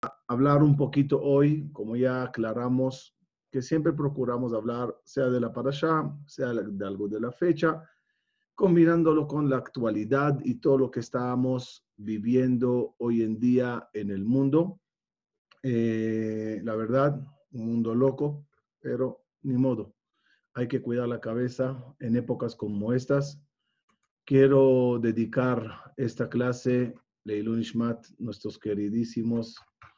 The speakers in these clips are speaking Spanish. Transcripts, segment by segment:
hablar un poquito hoy, como ya aclaramos, que siempre procuramos hablar, sea de la parashá, sea de algo de la fecha, combinándolo con la actualidad y todo lo que estamos viviendo hoy en día en el mundo. La verdad, un mundo loco, pero ni modo. Hay que cuidar la cabeza en épocas como estas. Quiero dedicar esta clase, Leilun Ishmat, nuestros queridísimos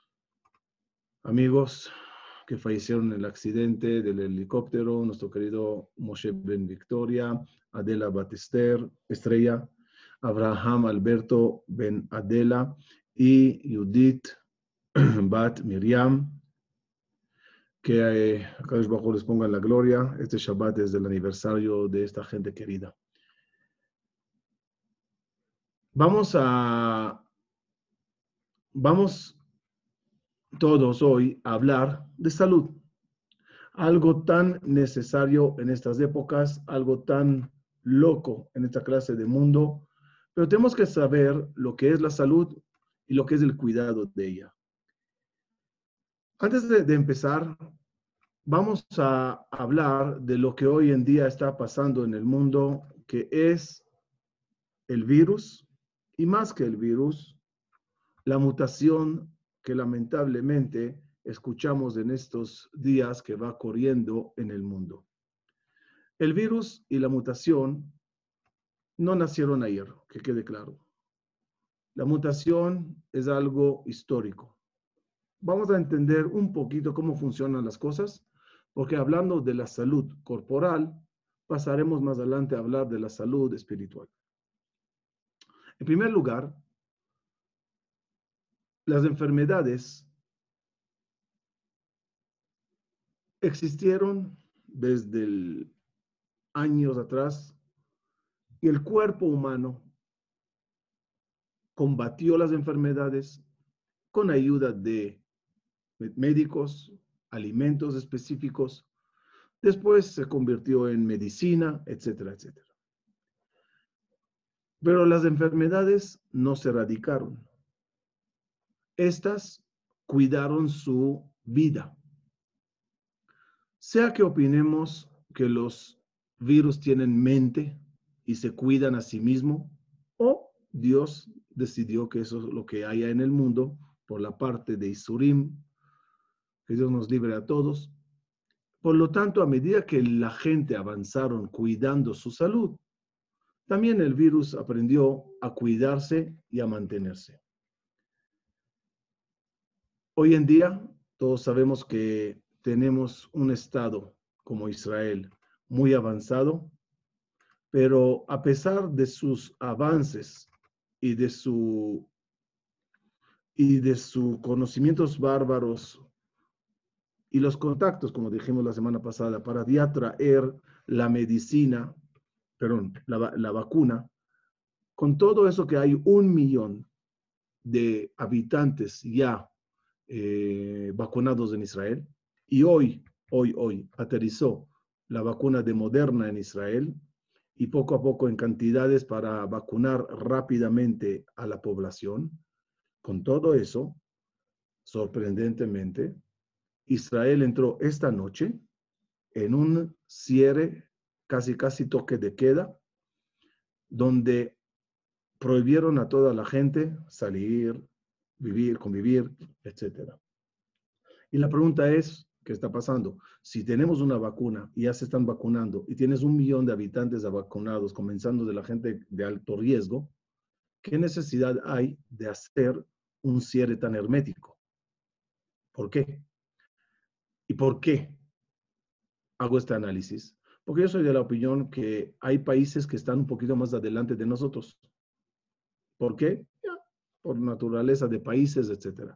amigos que fallecieron en el accidente del helicóptero, nuestro querido Moshe Ben Victoria, Adela Batester, Estrella, Abraham Alberto Ben Adela y Judith Bat Miriam, que Akadosh Baruj Hu les ponga en la gloria. Este Shabbat es del aniversario de esta gente querida. Vamos todos hoy a hablar de salud. Algo tan necesario en estas épocas, algo tan loco en esta clase de mundo, pero tenemos que saber lo que es la salud y lo que es el cuidado de ella. Antes de empezar, vamos a hablar de lo que hoy en día está pasando en el mundo, que es el virus, y más que el virus, la mutación que lamentablemente escuchamos en estos días que va corriendo en el mundo. El virus y la mutación no nacieron ayer, que quede claro. La mutación es algo histórico. Vamos a entender un poquito cómo funcionan las cosas, porque hablando de la salud corporal, pasaremos más adelante a hablar de la salud espiritual. En primer lugar, las enfermedades existieron desde años atrás y el cuerpo humano combatió las enfermedades con ayuda de médicos, alimentos específicos, después se convirtió en medicina, etcétera, etcétera. Pero las enfermedades no se erradicaron. Estas cuidaron su vida. Sea que opinemos que los virus tienen mente y se cuidan a sí mismos, o Dios decidió que eso es lo que haya en el mundo por la parte de Isurim, que Dios nos libre a todos. Por lo tanto, a medida que la gente avanzaron cuidando su salud, también el virus aprendió a cuidarse y a mantenerse. Hoy en día, todos sabemos que tenemos un estado como Israel muy avanzado, pero a pesar de sus avances y de sus conocimientos bárbaros y los contactos, como dijimos la semana pasada, para ya traer la medicina, la vacuna, con todo eso que hay 1 millón de habitantes ya vacunados en Israel, y hoy aterrizó la vacuna de Moderna en Israel, y poco a poco en cantidades para vacunar rápidamente a la población. Con todo eso, sorprendentemente, Israel entró esta noche en un cierre, casi toque de queda, donde prohibieron a toda la gente salir, vivir, convivir, etc. Y la pregunta es, ¿qué está pasando? Si tenemos una vacuna y ya se están vacunando y tienes 1 millón de habitantes vacunados, comenzando de la gente de alto riesgo, ¿qué necesidad hay de hacer un cierre tan hermético? ¿Por qué? ¿Y por qué hago este análisis? Porque yo soy de la opinión que hay países que están un poquito más adelante de nosotros. ¿Por qué? Ya, por naturaleza de países, etc.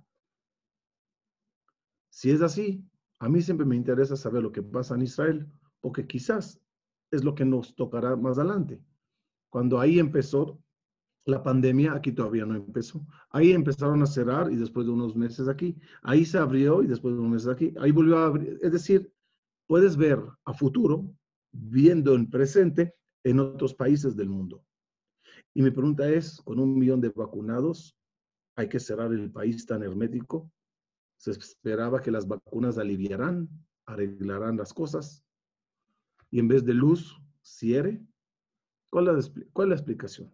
Si es así, a mí siempre me interesa saber lo que pasa en Israel, porque quizás es lo que nos tocará más adelante. Cuando ahí empezó la pandemia, aquí todavía no empezó. Ahí empezaron a cerrar y después de unos meses aquí. Ahí se abrió y después de unos meses aquí. Ahí volvió a abrir. Es decir, puedes ver a futuro, viendo en presente en otros países del mundo. Y mi pregunta es, con 1 millón de vacunados, ¿hay que cerrar el país tan hermético? Se esperaba que las vacunas aliviarán, arreglarán las cosas, y en vez de luz, cierre. ¿Cuál es la explicación?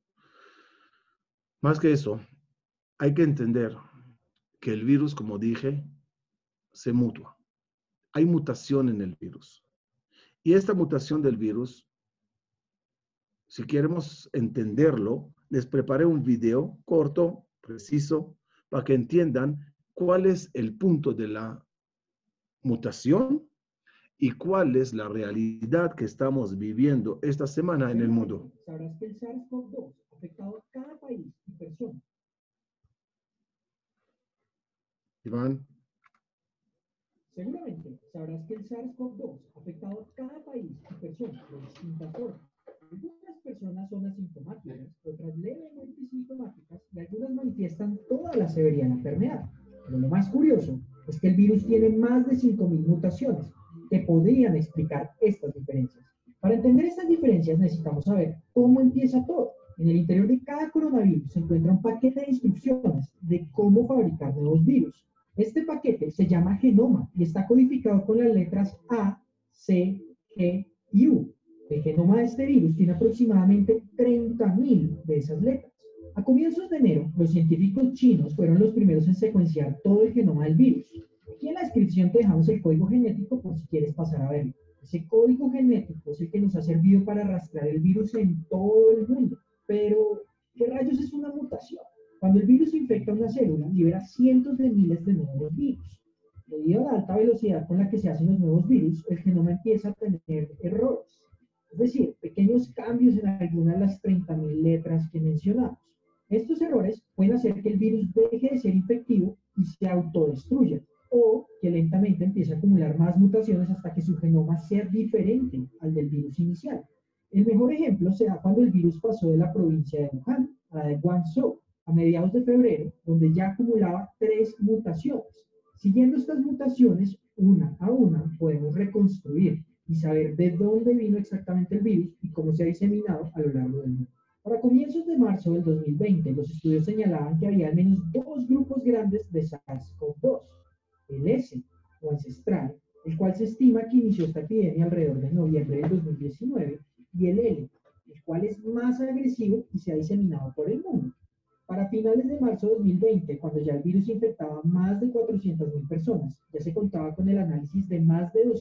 Más que eso, hay que entender que el virus, como dije, se mutua. Hay mutación en el virus. Y esta mutación del virus, si queremos entenderlo, les preparé un video corto, preciso, para que entiendan cuál es el punto de la mutación y cuál es la realidad que estamos viviendo esta semana en el mundo. Sabrás que el SARS-CoV-2 ha afectado a cada país y persona. Iván. Seguramente sabrás que el SARS-CoV-2 ha afectado a cada país y persona de distintas formas. Algunas personas son asintomáticas, otras levemente sintomáticas y algunas manifiestan toda la severidad de la enfermedad. Pero lo más curioso es que el virus tiene más de 5.000 mutaciones que podrían explicar estas diferencias. Para entender estas diferencias necesitamos saber cómo empieza todo. En el interior de cada coronavirus se encuentra un paquete de instrucciones de cómo fabricar nuevos virus. Este paquete se llama genoma y está codificado con las letras A, C, G y U. El genoma de este virus tiene aproximadamente 30.000 de esas letras. A comienzos de enero, los científicos chinos fueron los primeros en secuenciar todo el genoma del virus. Aquí en la descripción te dejamos el código genético por si quieres pasar a verlo. Ese código genético es el que nos ha servido para rastrear el virus en todo el mundo. Pero, ¿qué rayos es una mutación? Cuando el virus infecta una célula, libera cientos de miles de nuevos virus. Debido a la alta velocidad con la que se hacen los nuevos virus, el genoma empieza a tener errores. Es decir, pequeños cambios en algunas de las 30.000 letras que mencionamos. Estos errores pueden hacer que el virus deje de ser infectivo y se autodestruya, o que lentamente empiece a acumular más mutaciones hasta que su genoma sea diferente al del virus inicial. El mejor ejemplo se da cuando el virus pasó de la provincia de Wuhan a la de Guangzhou a mediados de febrero, donde ya acumulaba 3 mutaciones. Siguiendo estas mutaciones, una a una, podemos reconstruir y saber de dónde vino exactamente el virus y cómo se ha diseminado a lo largo del mundo. Para comienzos de marzo del 2020, los estudios señalaban que había al menos 2 grupos grandes de SARS-CoV-2, el S, o ancestral, el cual se estima que inició esta epidemia alrededor de noviembre del 2019, y el L, el cual es más agresivo y se ha diseminado por el mundo. Para finales de marzo de 2020, cuando ya el virus infectaba más de 400.000 personas, ya se contaba con el análisis de más de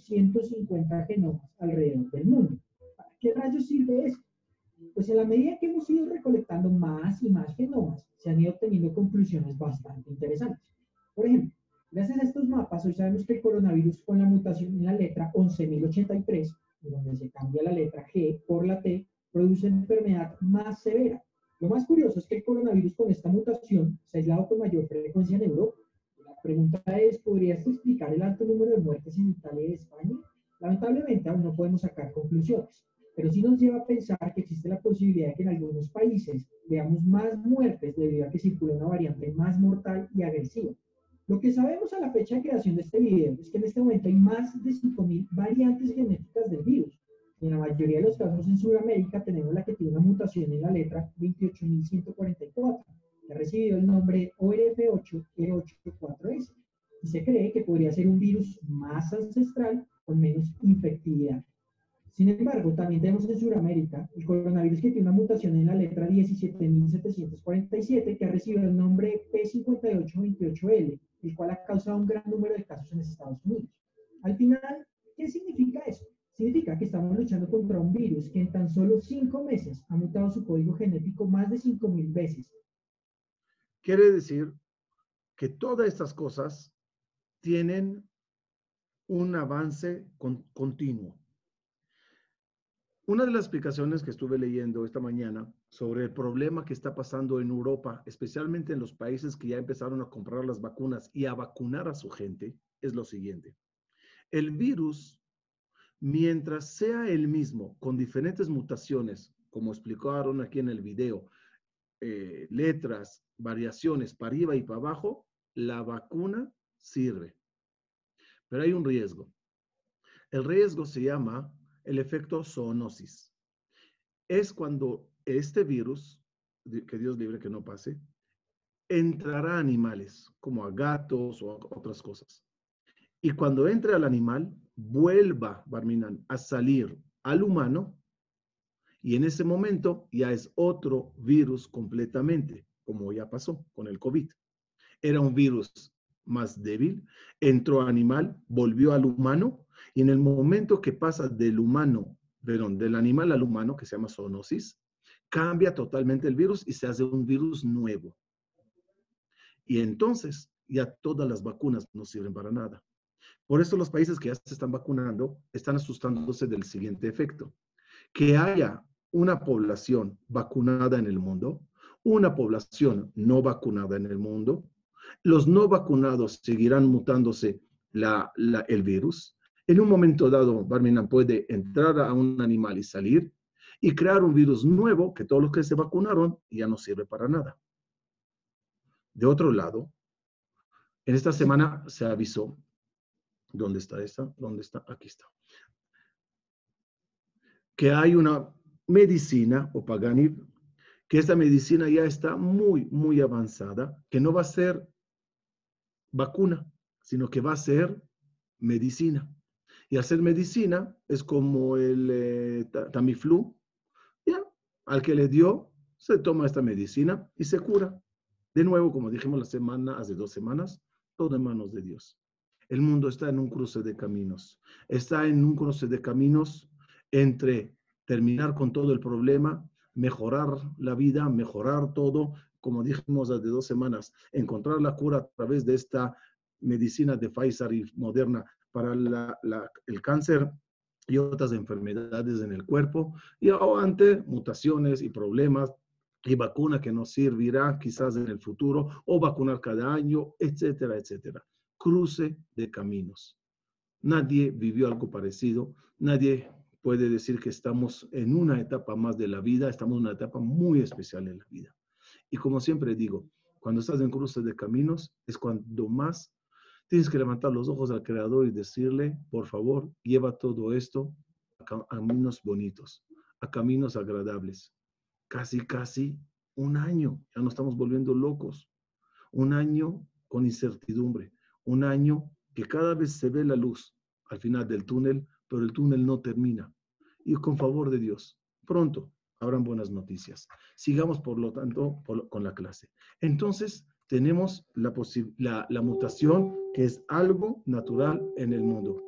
250 genomas alrededor del mundo. ¿Para qué rayos sirve eso? Pues en la medida que hemos ido recolectando más y más genomas, se han ido obteniendo conclusiones bastante interesantes. Por ejemplo, gracias a estos mapas, hoy sabemos que el coronavirus con la mutación en la letra 11.083, donde se cambia la letra G por la T, produce una enfermedad más severa. Lo más curioso es que el coronavirus con esta mutación se ha aislado con mayor frecuencia en Europa. La pregunta es, ¿podrías explicar el alto número de muertes en Italia y España? Lamentablemente aún no podemos sacar conclusiones, pero sí nos lleva a pensar que existe la posibilidad de que en algunos países veamos más muertes debido a que circula una variante más mortal y agresiva. Lo que sabemos a la fecha de creación de este video es que en este momento hay más de 5.000 variantes genéticas del virus. Y en la mayoría de los casos en Sudamérica tenemos la que tiene una mutación en la letra 28.144, que ha recibido el nombre ORF8E84S, y se cree que podría ser un virus más ancestral con menos infectividad. Sin embargo, también tenemos en Sudamérica el coronavirus que tiene una mutación en la letra 17.747, que ha recibido el nombre P5828L, el cual ha causado un gran número de casos en Estados Unidos. Al final, ¿qué significa eso? Significa que estamos luchando contra un virus que en tan solo 5 meses ha mutado su código genético más de 5.000 veces. Quiere decir que todas estas cosas tienen un avance continuo. Una de las explicaciones que estuve leyendo esta mañana sobre el problema que está pasando en Europa, especialmente en los países que ya empezaron a comprar las vacunas y a vacunar a su gente, es lo siguiente. El virus, mientras sea el mismo, con diferentes mutaciones, como explicaron aquí en el video, letras, variaciones para arriba y para abajo, la vacuna sirve. Pero hay un riesgo. El riesgo se llama el efecto zoonosis. Es cuando este virus, que Dios libre que no pase, entrará a animales, como a gatos o a otras cosas. Y cuando entre al animal, vuelva, Barminan, a salir al humano, y en ese momento ya es otro virus completamente, como ya pasó con el COVID. Era un virus más débil, entró animal, volvió al humano, y en el momento que pasa del humano, perdón, del animal al humano, que se llama zoonosis, cambia totalmente el virus y se hace un virus nuevo. Y entonces ya todas las vacunas no sirven para nada. Por eso los países que ya se están vacunando están asustándose del siguiente efecto: que haya una población vacunada en el mundo, una población no vacunada en el mundo. Los no vacunados seguirán mutándose el virus. En un momento dado, Barminan puede entrar a un animal y salir y crear un virus nuevo que todos los que se vacunaron ya no sirve para nada. De otro lado, en esta semana se avisó, ¿dónde está esta? ¿Dónde está? Aquí está. Que hay una medicina, o Paganib, que esta medicina ya está muy, muy avanzada, que no va a ser vacuna, sino que va a ser medicina. Y hacer medicina es como el Tamiflu, ya, al que le dio, se toma esta medicina y se cura. De nuevo, como dijimos hace 2 semanas, todo en manos de Dios. El mundo está en un cruce de caminos. Está en un cruce de caminos entre terminar con todo el problema, mejorar la vida, mejorar todo, como dijimos hace 2 semanas, encontrar la cura a través de esta medicina de Pfizer y Moderna para el cáncer y otras enfermedades en el cuerpo, y ante mutaciones y problemas y vacuna que nos servirá quizás en el futuro, o vacunar cada año, etcétera, etcétera. Cruce de caminos. Nadie vivió algo parecido, nadie puede decir que estamos en una etapa más de la vida, estamos en una etapa muy especial en la vida. Y como siempre digo, cuando estás en cruce de caminos es cuando más tienes que levantar los ojos al Creador y decirle, por favor, lleva todo esto a caminos bonitos, a caminos agradables. Casi 1 año, ya nos estamos volviendo locos. 1 año con incertidumbre, 1 año que cada vez se ve la luz al final del túnel, pero el túnel no termina. Y con favor de Dios, pronto habrán buenas noticias. Sigamos, por lo tanto, con la clase. Entonces, tenemos la mutación, que es algo natural en el mundo.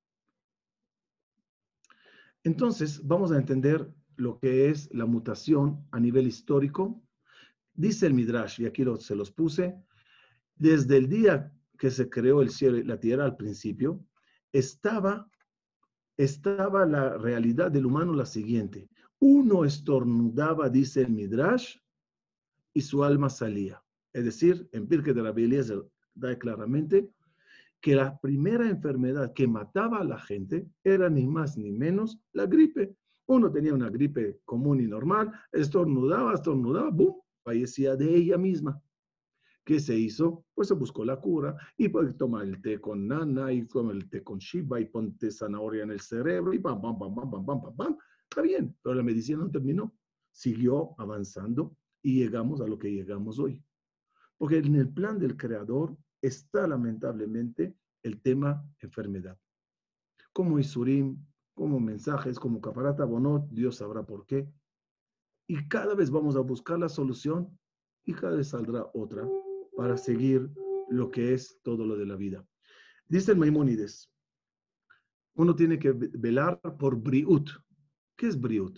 Entonces, vamos a entender lo que es la mutación a nivel histórico. Dice el Midrash, y aquí se los puse, desde el día que se creó el cielo y la tierra al principio, estaba la realidad del humano la siguiente: uno estornudaba, dice el Midrash, y su alma salía. Es decir, en Pirkei de Rabbi Eliezer da claramente que la primera enfermedad que mataba a la gente era ni más ni menos la gripe. Uno tenía una gripe común y normal, estornudaba, ¡bum!, fallecía de ella misma. ¿Qué se hizo? Pues se buscó la cura, y pues toma el té con nana, y toma el té con shiba, y ponte zanahoria en el cerebro, y pam. Está bien, pero la medicina no terminó. Siguió avanzando y llegamos a lo que llegamos hoy. Porque en el plan del Creador está lamentablemente el tema enfermedad. Como Isurim, como mensajes, como Kafarat Abonot, Dios sabrá por qué. Y cada vez vamos a buscar la solución, y cada vez saldrá otra para seguir lo que es todo lo de la vida. Dice el Maimónides, uno tiene que velar por briut. ¿Qué es briut?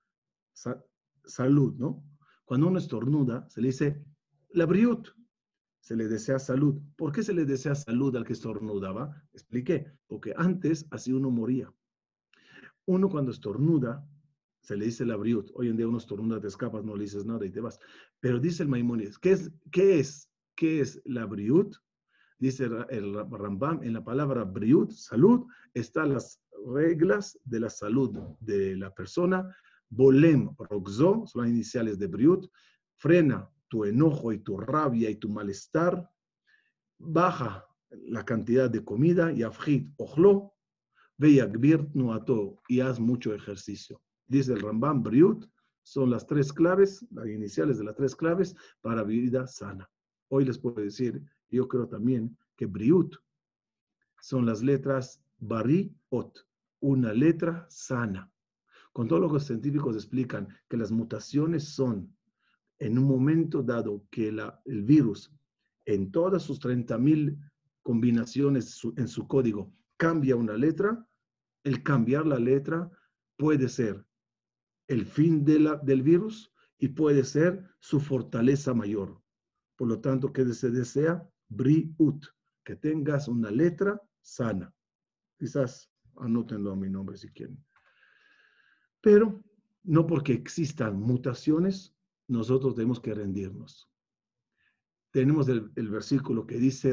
Salud, ¿no? Cuando uno estornuda, se le dice la briut. Se le desea salud. ¿Por qué se le desea salud al que estornudaba? Expliqué. Porque antes así uno moría. Uno cuando estornuda, se le dice la briut. Hoy en día uno estornuda, te escapas, no le dices nada y te vas. Pero dice el Maimónides, ¿qué es la briut? Dice el Rambam, en la palabra briut, salud, están las reglas de la salud de la persona. Bolem roxo, son las iniciales de briut. Frena tu enojo y tu rabia y tu malestar. Baja la cantidad de comida. Y afjit ojlo. Ve yagbir nuato, y haz mucho ejercicio. Dice el Rambam, briut son las 3 claves, las iniciales de las 3 claves para vida sana. Hoy les puedo decir, yo creo también que Briut son las letras Bari Ot, una letra sana. Con todo lo que los científicos explican que las mutaciones son en un momento dado que el virus, en todas sus 30.000 combinaciones en su código, cambia una letra, el cambiar la letra puede ser el fin del virus y puede ser su fortaleza mayor. Por lo tanto, que se desea Briut, que tengas una letra sana. Quizás anótenlo a mi nombre si quieren. Pero no porque existan mutaciones, nosotros tenemos que rendirnos. Tenemos el versículo que dice,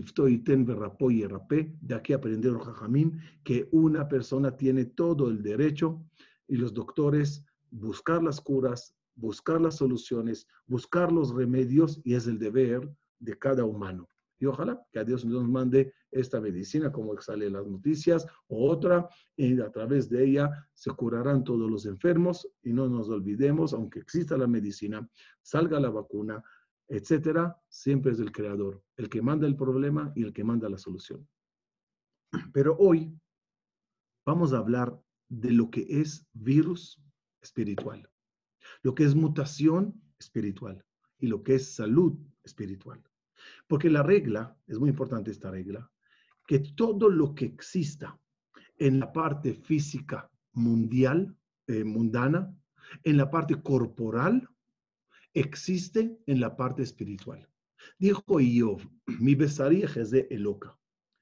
de aquí aprendieron Jajamim, que una persona tiene todo el derecho y los doctores buscar las curas, buscar las soluciones, buscar los remedios, y es el deber de cada humano. Y ojalá que a Dios nos mande esta medicina, como sale en las noticias, o otra, y a través de ella se curarán todos los enfermos, y no nos olvidemos, aunque exista la medicina, salga la vacuna, etcétera, siempre es el creador, el que manda el problema y el que manda la solución. Pero hoy vamos a hablar de lo que es virus espiritual, lo que es mutación espiritual y lo que es salud espiritual. Porque la regla, es muy importante esta regla, que todo lo que exista en la parte física mundial, mundana, en la parte corporal, existe en la parte espiritual. Dijo Iov, mi besaría es de Eloca.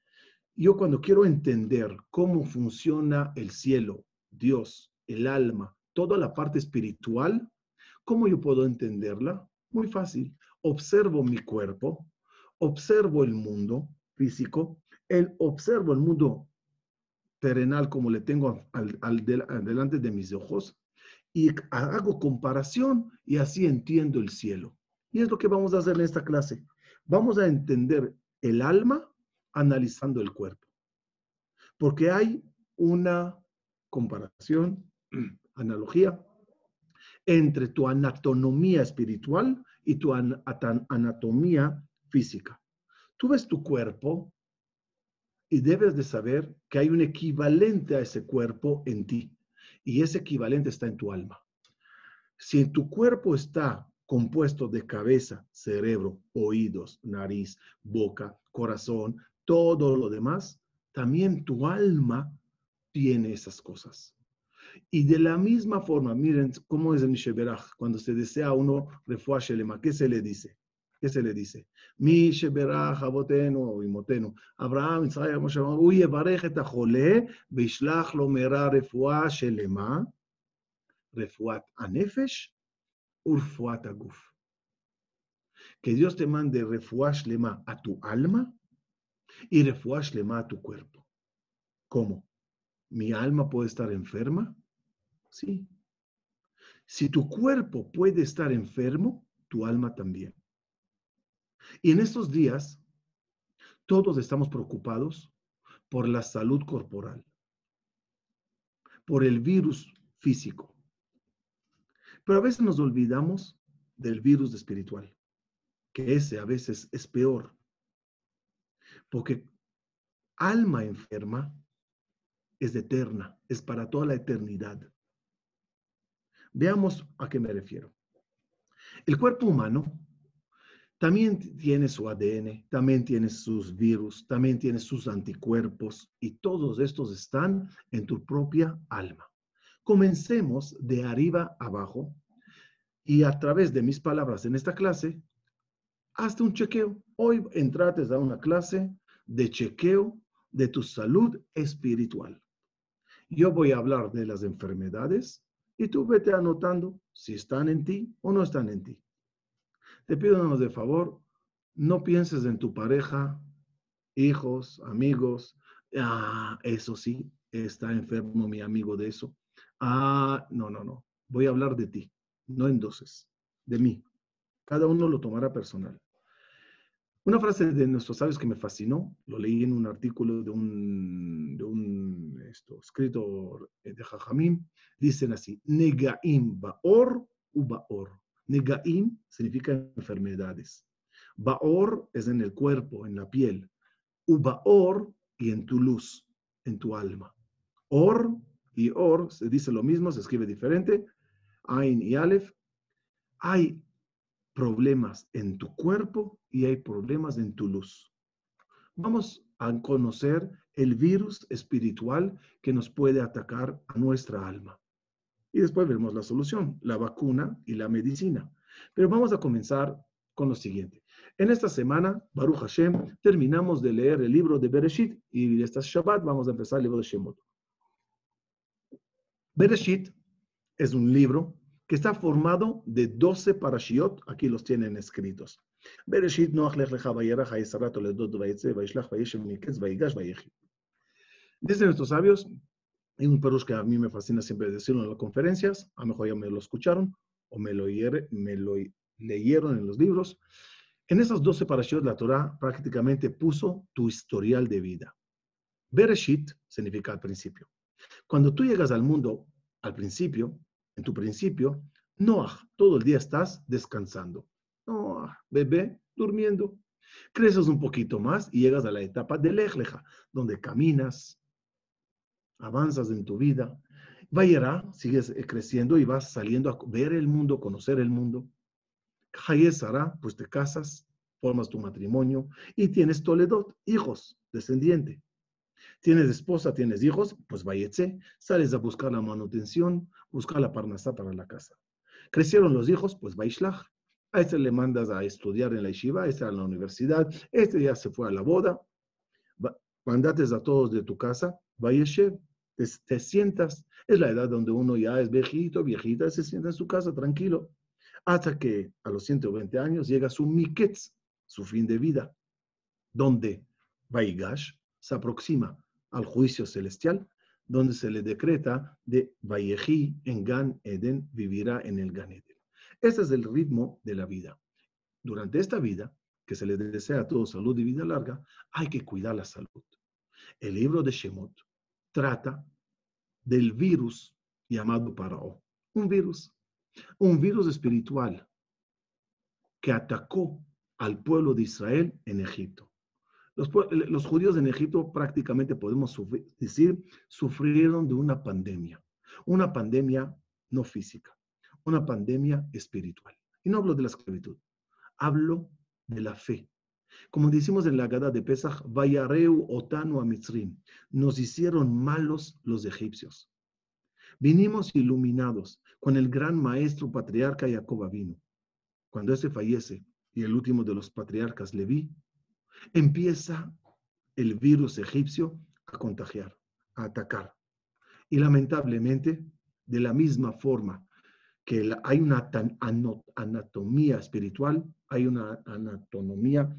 Yo cuando quiero entender cómo funciona el cielo, Dios, el alma, toda la parte espiritual, ¿cómo yo puedo entenderla? Muy fácil. Observo mi cuerpo, observo el mundo físico, observo el mundo terrenal como le tengo delante de mis ojos, y hago comparación y así entiendo el cielo. Y es lo que vamos a hacer en esta clase. Vamos a entender el alma analizando el cuerpo. Porque hay una comparación, analogía, entre tu anatomía espiritual y tu anatomía física. Tú ves tu cuerpo y debes de saber que hay un equivalente a ese cuerpo en ti. Y ese equivalente está en tu alma. Si tu cuerpo está compuesto de cabeza, cerebro, oídos, nariz, boca, corazón, todo lo demás, también tu alma tiene esas cosas. Y de la misma forma, miren cómo es en Sheberach, cuando se desea a uno refuah shelema, ¿qué se le dice? ¿Qué se le dice? Mi Sheberach abotenu o imotenu. Abraham, Isaac, Moshe, uy, yevarech et hachole, veishlach lo mera refuah shelema, refuat anefesh, urfuat aguf. Que Dios te mande refuah shelema a tu alma y refuah shelema a tu cuerpo. ¿Cómo? ¿Mi alma puede estar enferma? Sí. Si tu cuerpo puede estar enfermo, tu alma también. Y en estos días, todos estamos preocupados por la salud corporal, por el virus físico. Pero a veces nos olvidamos del virus espiritual, que ese a veces es peor. Porque alma enferma es eterna, es para toda la eternidad. Veamos a qué me refiero. El cuerpo humano también tiene su ADN, también tiene sus virus, también tiene sus anticuerpos, y todos estos están en tu propia alma. Comencemos de arriba abajo y a través de mis palabras en esta clase, hazte un chequeo. Hoy entrates a una clase de chequeo de tu salud espiritual. Yo voy a hablar de las enfermedades y tú vete anotando si están en ti o no están en ti. Te pido de favor, no pienses en tu pareja, hijos, amigos. Ah, eso sí, está enfermo mi amigo de eso. Ah, no. Voy a hablar de ti, no en dosis, de mí. Cada uno lo tomará personal. Una frase de nuestros sabios que me fascinó, lo leí en un artículo de un escrito de Jajamim, dicen así, Negaim baor u baor. Negaim significa enfermedades. Baor es en el cuerpo, en la piel. Ubaor y en tu luz, en tu alma. Or y or se dice lo mismo, se escribe diferente. Ain y Aleph. Hay problemas en tu cuerpo y hay problemas en tu luz. Vamos a conocer el virus espiritual que nos puede atacar a nuestra alma. Y después veremos la solución, la vacuna y la medicina. Pero vamos a comenzar con lo siguiente. En esta semana, Baruch Hashem, terminamos de leer el libro de Bereshit y esta Shabbat vamos a empezar el libro de Shemot. Bereshit es un libro que está formado de 12 parashiot, aquí los tienen escritos. Bereshit Noach lech lecha vayerach ha'yisrato ledot vayetze vaishlach vayeshem miketz vayigash vayechi. Dicen nuestros sabios, hay un perush que a mí me fascina siempre decirlo en las conferencias, a lo mejor ya me lo escucharon o me lo leyeron en los libros. En esos 12 parashiot la Torah prácticamente puso tu historial de vida. Bereshit significa al principio. Cuando tú llegas al mundo al principio, en tu principio, Noach, todo el día estás descansando. Noach, bebé, durmiendo. Creces un poquito más y llegas a la etapa de Lech Lecha, donde caminas, avanzas en tu vida. Vayera, sigues creciendo y vas saliendo a ver el mundo, conocer el mundo. Hayesara, pues te casas, formas tu matrimonio y tienes Toledot, hijos, descendiente. Tienes esposa, tienes hijos, pues vayetse, sales a buscar la manutención, buscar la parnasá para la casa. Crecieron los hijos, pues vaishlach. A este le mandas a estudiar en la yeshiva, a este a la universidad, este ya se fue a la boda. Mandates a todos de tu casa, vayeshev, te sientas. Es la edad donde uno ya es viejito, viejita, se sienta en su casa tranquilo. Hasta que a los 120 años llega su miketz, su fin de vida, donde Vaigash se aproxima al juicio celestial, donde se le decreta de Vayehi en Gan Eden, vivirá en el Gan Eden. Ese es el ritmo de la vida. Durante esta vida, que se le desea a todos salud y vida larga, hay que cuidar la salud. El libro de Shemot trata del virus llamado Parao. Un virus espiritual que atacó al pueblo de Israel en Egipto. Los judíos en Egipto prácticamente podemos decir sufrieron de una pandemia no física, una pandemia espiritual. Y no hablo de la esclavitud, hablo de la fe. Como decimos en la Haggadah de Pesach, Vayareu otanu a Mitzrim, nos hicieron malos los egipcios. Vinimos iluminados con el gran maestro patriarca Jacob vino. Cuando ese fallece y el último de los patriarcas Leví, empieza el virus egipcio a contagiar, a atacar. Y lamentablemente, de la misma forma que hay una anatomía espiritual, hay una anatomía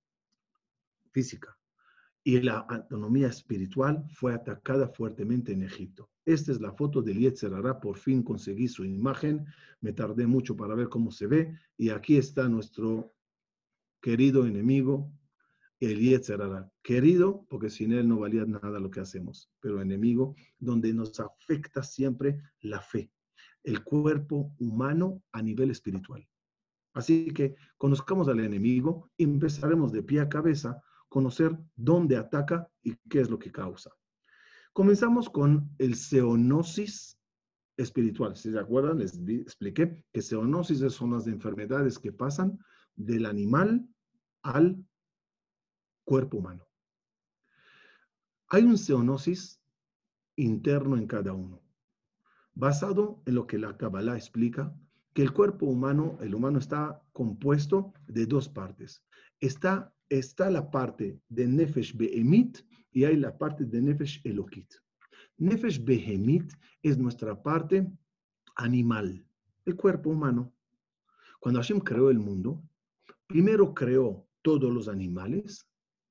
física. Y la anatomía espiritual fue atacada fuertemente en Egipto. Esta es la foto del Yetzer Hara. Por fin conseguí su imagen. Me tardé mucho para ver cómo se ve. Y aquí está nuestro querido enemigo, el Yetzer Hara. Querido, porque sin él no valía nada lo que hacemos. Pero enemigo, donde nos afecta siempre la fe. El cuerpo humano a nivel espiritual. Así que conozcamos al enemigo y empezaremos de pie a cabeza conocer dónde ataca y qué es lo que causa. Comenzamos con el zoonosis espiritual. Si se acuerdan, les expliqué que zoonosis son las enfermedades que pasan del animal al cuerpo humano. Hay un zoonosis interno en cada uno, basado en lo que la Kabbalah explica, que el cuerpo humano, el humano está compuesto de dos partes. Está la parte de Nefesh Behemit y hay la parte de Nefesh Elokit. Nefesh Behemit es nuestra parte animal, el cuerpo humano. Cuando Hashem creó el mundo, primero creó todos los animales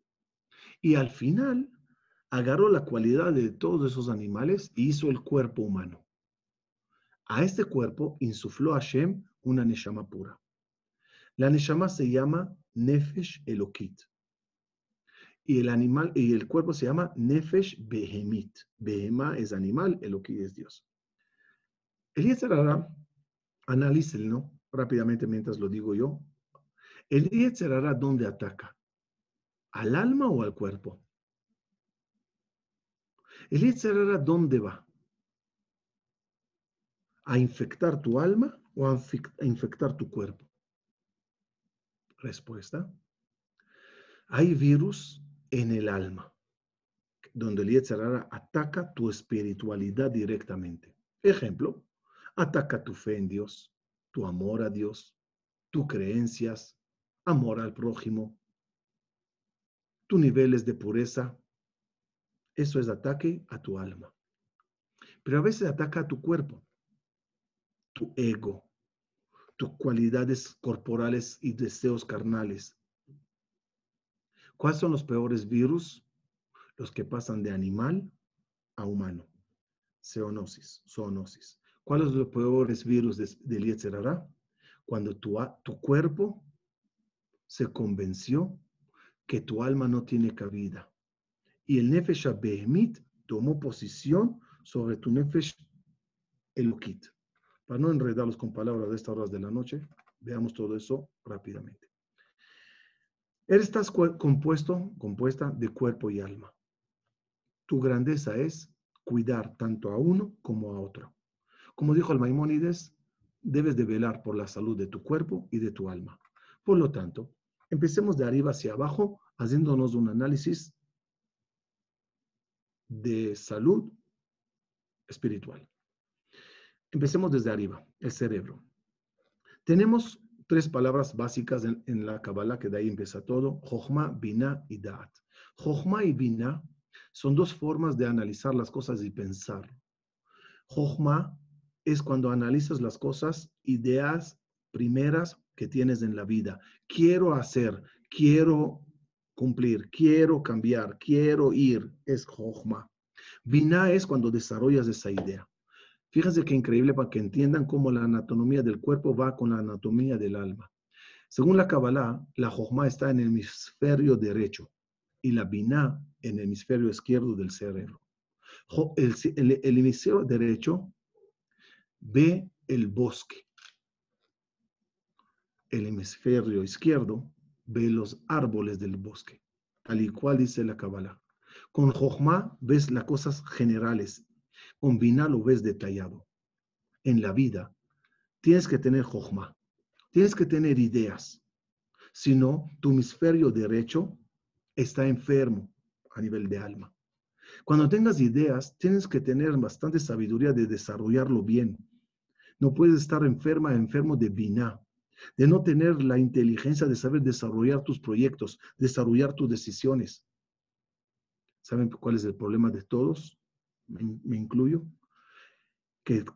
y al final agarró la cualidad de todos esos animales y hizo el cuerpo humano. A este cuerpo insufló Hashem una neshama pura. La neshama se llama Nefesh Elokit. Y el cuerpo se llama Nefesh Behemit. Behemá es animal, Elokit es Dios. El Yetzer Hara, analícenlo rápidamente mientras lo digo yo. El Yetzer Hara, ¿dónde ataca? ¿Al alma o al cuerpo? El Yetzer Hara, ¿dónde va? ¿A infectar tu alma o a infectar tu cuerpo? Respuesta. Hay virus en el alma, donde el Yetzer Hara ataca tu espiritualidad directamente. Ejemplo, ataca tu fe en Dios, tu amor a Dios, tus creencias, amor al prójimo, tus niveles de pureza. Eso es ataque a tu alma. Pero a veces ataca a tu cuerpo, tu ego, tus cualidades corporales y deseos carnales. ¿Cuáles son los peores virus? Los que pasan de animal a humano. Zoonosis. ¿Cuáles son los peores virus del Yetzer Hara? Cuando tu cuerpo se convenció que tu alma no tiene cabida. Y el Nefesh HaBehemit tomó posición sobre tu Nefesh Elokit. Para no enredarlos con palabras de estas horas de la noche, veamos todo eso rápidamente. Estás compuesta de cuerpo y alma. Tu grandeza es cuidar tanto a uno como a otro. Como dijo el Maimónides, debes de velar por la salud de tu cuerpo y de tu alma. Por lo tanto, empecemos de arriba hacia abajo, haciéndonos un análisis de salud espiritual. Empecemos desde arriba, el cerebro. Tenemos 3 palabras básicas en la Kabbalah, que de ahí empieza todo: Jochma, Binah y Da'at. Jochma y Binah son 2 formas de analizar las cosas y pensar. Jochma es cuando analizas las cosas, ideas primeras que tienes en la vida. Quiero hacer, quiero cumplir, quiero cambiar, quiero ir. Es Jochma. Binah es cuando desarrollas esa idea. Fíjense qué increíble, para que entiendan cómo la anatomía del cuerpo va con la anatomía del alma. Según la Kabbalah, la Jochma está en el hemisferio derecho y la Binah en el hemisferio izquierdo del cerebro. El hemisferio derecho ve el bosque. El hemisferio izquierdo ve los árboles del bosque, tal y cual dice la Kabbalah. Con Jochma ves las cosas generales, con Binah lo ves detallado. En la vida tienes que tener Jochma, tienes que tener ideas. Si no, tu hemisferio derecho está enfermo a nivel de alma. Cuando tengas ideas, tienes que tener bastante sabiduría de desarrollarlo bien. No puedes estar enfermo de Binah, de no tener la inteligencia de saber desarrollar tus proyectos, desarrollar tus decisiones. ¿Saben cuál es el problema de todos? Me incluyo. Que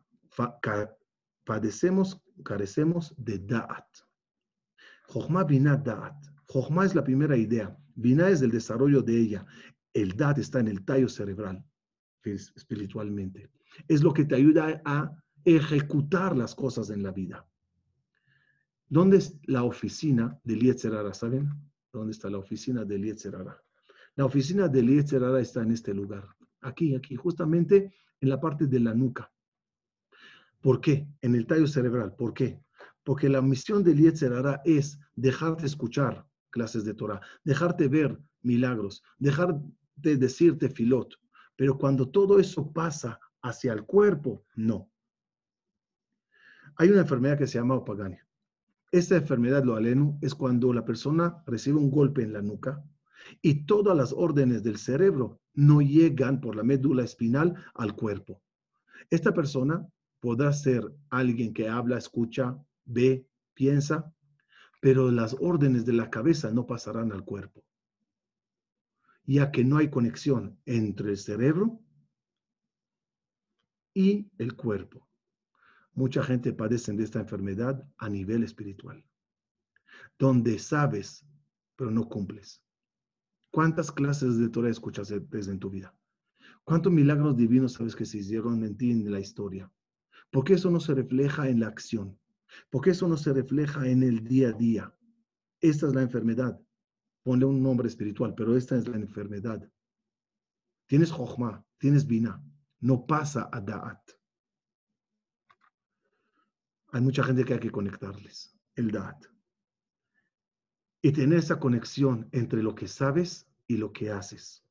carecemos de Da'at. Jochma, Binah, Da'at. Jochma es la primera idea. Binah es el desarrollo de ella. El Da'at está en el tallo cerebral, espiritualmente. Es lo que te ayuda a ejecutar las cosas en la vida. ¿Dónde es la oficina del Yetzer Hara? ¿Saben? ¿Dónde está la oficina del Yetzer Hara? La oficina del Yetzer Hara está en este lugar. Aquí, justamente en la parte de la nuca. ¿Por qué? En el tallo cerebral. ¿Por qué? Porque la misión del Yetzer Hara es dejarte escuchar clases de Torah, dejarte ver milagros, dejarte decirte filot. Pero cuando todo eso pasa hacia el cuerpo, no. Hay una enfermedad que se llama Opagania. Esta enfermedad, lo alenu, es cuando la persona recibe un golpe en la nuca y todas las órdenes del cerebro no llegan por la médula espinal al cuerpo. Esta persona podrá ser alguien que habla, escucha, ve, piensa, pero las órdenes de la cabeza no pasarán al cuerpo, ya que no hay conexión entre el cerebro y el cuerpo. Mucha gente padece de esta enfermedad a nivel espiritual, donde sabes, pero no cumples. ¿Cuántas clases de Torah escuchas desde en tu vida? ¿Cuántos milagros divinos sabes que se hicieron en ti en la historia? ¿Por qué eso no se refleja en la acción? ¿Por qué eso no se refleja en el día a día? Esta es la enfermedad. Ponle un nombre espiritual, pero esta es la enfermedad. Tienes Jochma, tienes Binah, no pasa a Da'at. Hay mucha gente que hay que conectarles, el Da'at. y tener esa conexión entre lo que sabes y lo que haces.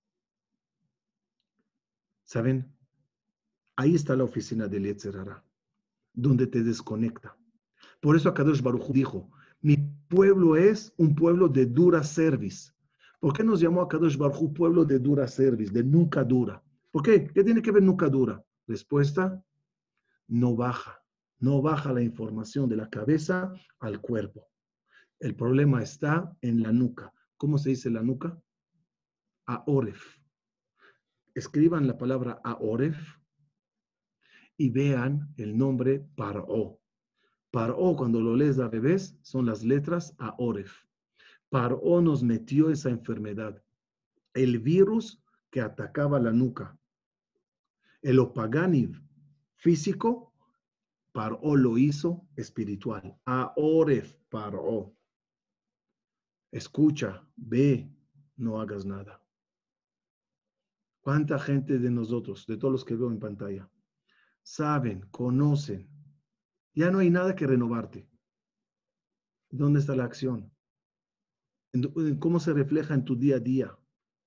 ¿Saben? Ahí está la oficina del Yetzer Hara, donde te desconecta. Por eso Akadosh Baruj Hu dijo, mi pueblo es un pueblo de dura service. ¿Por qué nos llamó Akadosh Baruj Hu pueblo de dura service, de nunca dura? ¿Por qué? ¿Qué tiene que ver nunca dura? Respuesta, no baja. No baja la información de la cabeza al cuerpo. El problema está en la nuca. ¿Cómo se dice la nuca? Aoref. Escriban la palabra Aoref y vean el nombre Paró. Paró, cuando lo lees al revés, son las letras Aoref. Paró nos metió esa enfermedad. El virus que atacaba la nuca. El opaganiv físico, Paró lo hizo espiritual. Aoref, Paró. Escucha, ve, no hagas nada. ¿Cuánta gente de nosotros, de todos los que veo en pantalla, saben, conocen? Ya no hay nada que renovarte. ¿Dónde está la acción? ¿Cómo se refleja en tu día a día?